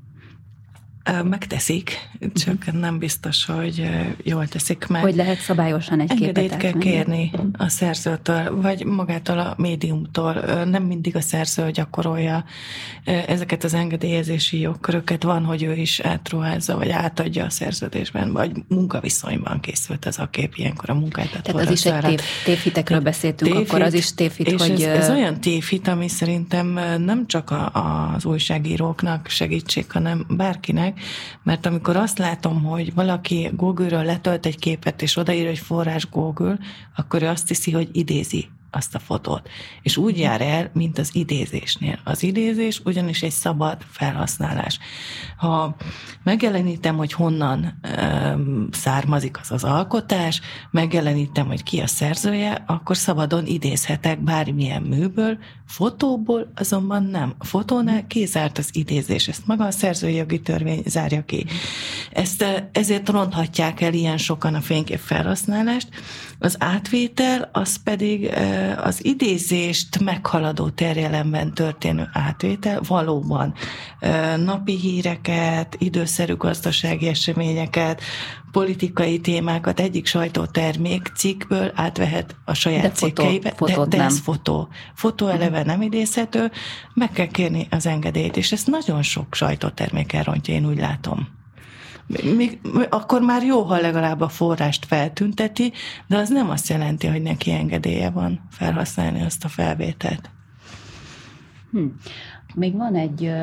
Megteszik, csak nem biztos, hogy jól teszik meg. Hogy lehet szabályosan egy Engedélyt képet kell átvenni? kérni a szerzőtől, vagy magától a médiumtól. Nem mindig a szerző gyakorolja ezeket az engedélyezési jogköröket. Van, hogy ő is átruházza, vagy átadja a szerződésben, vagy munkaviszonyban készült ez a kép, ilyenkor a munkáltató. Tehát az is egy tév, tévhitekről beszéltünk, tévhit, akkor az is tévhit, és hogy... Ez, ez olyan tévhit, ami szerintem nem csak a, az újságíróknak segítség, hanem bárkinek, mert amikor azt látom, hogy valaki Google-ről letölt egy képet, és odaír, hogy forrás Google, akkor ő azt hiszi, hogy idézi azt a fotót. És úgy jár el, mint az idézésnél. Az idézés ugyanis egy szabad felhasználás. Ha megjelenítem, hogy honnan um, származik az az alkotás, megjelenítem, hogy ki a szerzője, akkor szabadon idézhetek bármilyen műből, fotóból azonban nem. A fotónál kizárt az idézés. Ezt maga a szerzői jogi törvény zárja ki. Ezt, ezért ronthatják el ilyen sokan a fénykép felhasználást. Az átvétel, az pedig az idézést meghaladó terjedelemben történő átvétel, valóban napi híreket, időszerű gazdasági eseményeket, politikai témákat egyik sajtótermék cikkből átvehet a saját de cikkeibe, fotó, de, de nem. ez fotó. Fotó eleve nem idézhető, meg kell kérni az engedélyt, és ezt nagyon sok sajtótermék elrontja, én úgy látom. Még, akkor már jó, ha legalább a forrást feltünteti, de az nem azt jelenti, hogy neki engedélye van felhasználni azt a felvételt. Hm. Még van egy ö,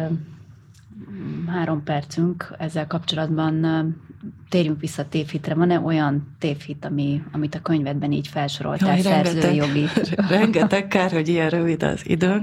három percünk ezzel kapcsolatban. Ö, térjünk vissza a tévhitre. Van-e olyan tévhit, ami, amit a könyvedben így felsoroltál, szerzői jogi? Rengeteg, kár, hogy ilyen rövid az időnk.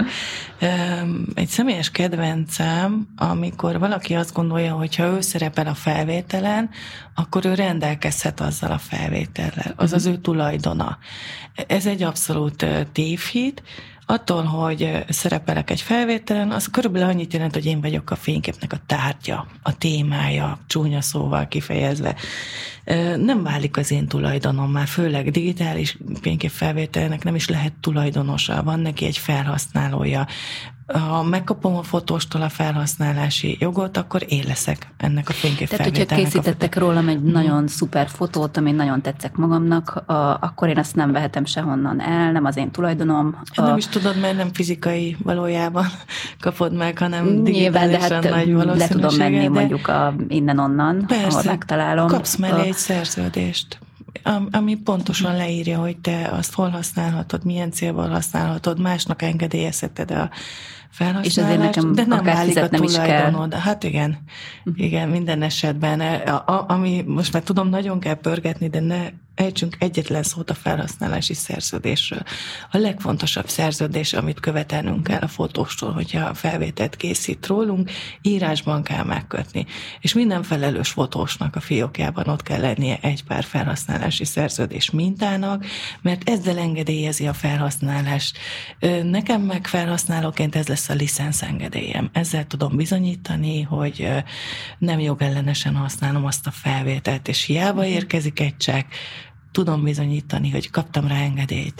Egy személyes kedvencem, amikor valaki azt gondolja, hogy ha ő szerepel a felvételen, akkor ő rendelkezhet azzal a felvétellel. Az az ő tulajdona. Ez egy abszolút tévhit. Attól, hogy szerepelek egy felvételen, az körülbelül annyit jelent, hogy én vagyok a fényképnek a tárgya, a témája, csúnya szóval kifejezve. Nem válik az én tulajdonom, már főleg digitális fényképfelvételnek nem is lehet tulajdonosa, van neki egy felhasználója. Ha megkapom a fotóstól a felhasználási jogot, akkor én leszek ennek a fényképfelvételnek. Tehát, hogyha készítettek rólam egy nagyon szuper fotót, ami nagyon tetszek magamnak, a, akkor én azt nem vehetem sehonnan el, nem az én tulajdonom. A... Nem is tudod, mert nem fizikai valójában kapod meg, hanem digitálisan hát nagy valószínűséggel. Le tudom menni mondjuk a, innen-onnan, persze, ahol megtalálom. Kapsz mellé a... egy szerződést, ami pontosan leírja, hogy te azt hol használhatod, milyen célból használhatod, másnak engedélyezheted a felhasználást, de nem válik a tulajdonod. Hát igen, igen, minden esetben. A, a, ami most már tudom, nagyon kell pörgetni, de ne ejtsünk egyetlen szót a felhasználási szerződésről. A legfontosabb szerződés, amit követelnünk kell a fotóstól, hogyha a felvételt készít rólunk, írásban kell megkötni. És minden felelős fotósnak a fiókjában ott kell lennie egy pár felhasználási szerződés mintának, mert ezzel engedélyezi a felhasználást. Nekem meg felhasználóként ez lesz a licenszengedélyem. Ezzel tudom bizonyítani, hogy nem jogellenesen használom azt a felvételt, és hiába érkezik egy csekk, tudom bizonyítani, hogy kaptam rá engedélyt.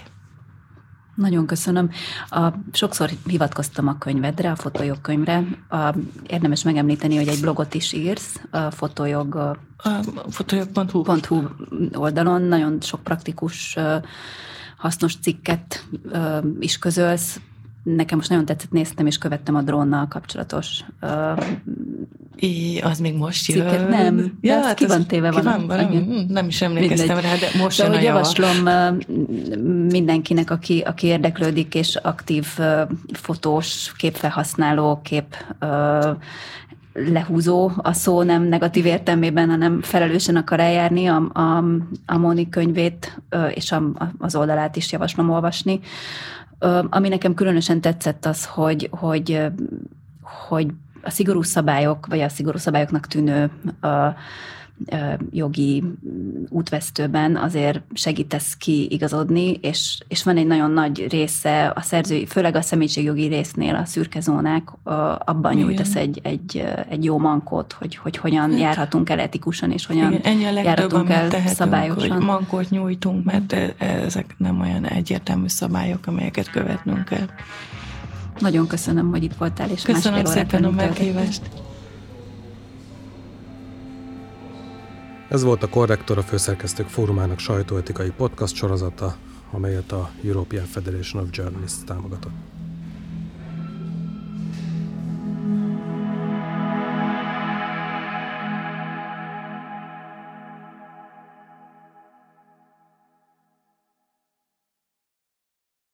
Nagyon köszönöm. A, sokszor hivatkoztam a könyvedre, a fotójogkönyvre. A, érdemes megemlíteni, hogy egy blogot is írsz, a fotójog... A fotójog pont hu oldalon nagyon sok praktikus, hasznos cikket is közölsz. Nekem most nagyon tetszett, néztem, és követtem a drónnal kapcsolatos I, az még most jön. Cikket, nem, ja, hát ki van téve ki van, van nem is emlékeztem rá, de most jön a java. Javaslom mindenkinek, aki, aki érdeklődik, és aktív fotós, képfelhasználó, kép lehúzó, a szó nem negatív értelmében, hanem felelősen akar eljárni, a, a, a Móni könyvét és a, az oldalát is javaslom olvasni. Ami nekem különösen tetszett az, hogy, hogy, hogy a szigorú szabályok, vagy a szigorú szabályoknak tűnő jogi útvesztőben azért segítesz kiigazodni, és, és van egy nagyon nagy része a szerzői, főleg a személyiségjogi résznél a szürke zónák, abban Igen. nyújtasz egy, egy, egy jó mankót, hogy, hogy hogyan igen. járhatunk el etikusan, és hogyan igen, ennyi a legtöbb, járhatunk el tehetünk, szabályosan. Hogy mankót nyújtunk, mert ezek nem olyan egyértelmű szabályok, amelyeket követnünk kell. Nagyon köszönöm, hogy itt voltál, és köszönöm másfél órát szépen a meghívást. Ez volt a Korrektor, a Főszerkesztők Fórumának sajtóetikai podcast sorozata, amelyet a European Federation of Journalists támogatott.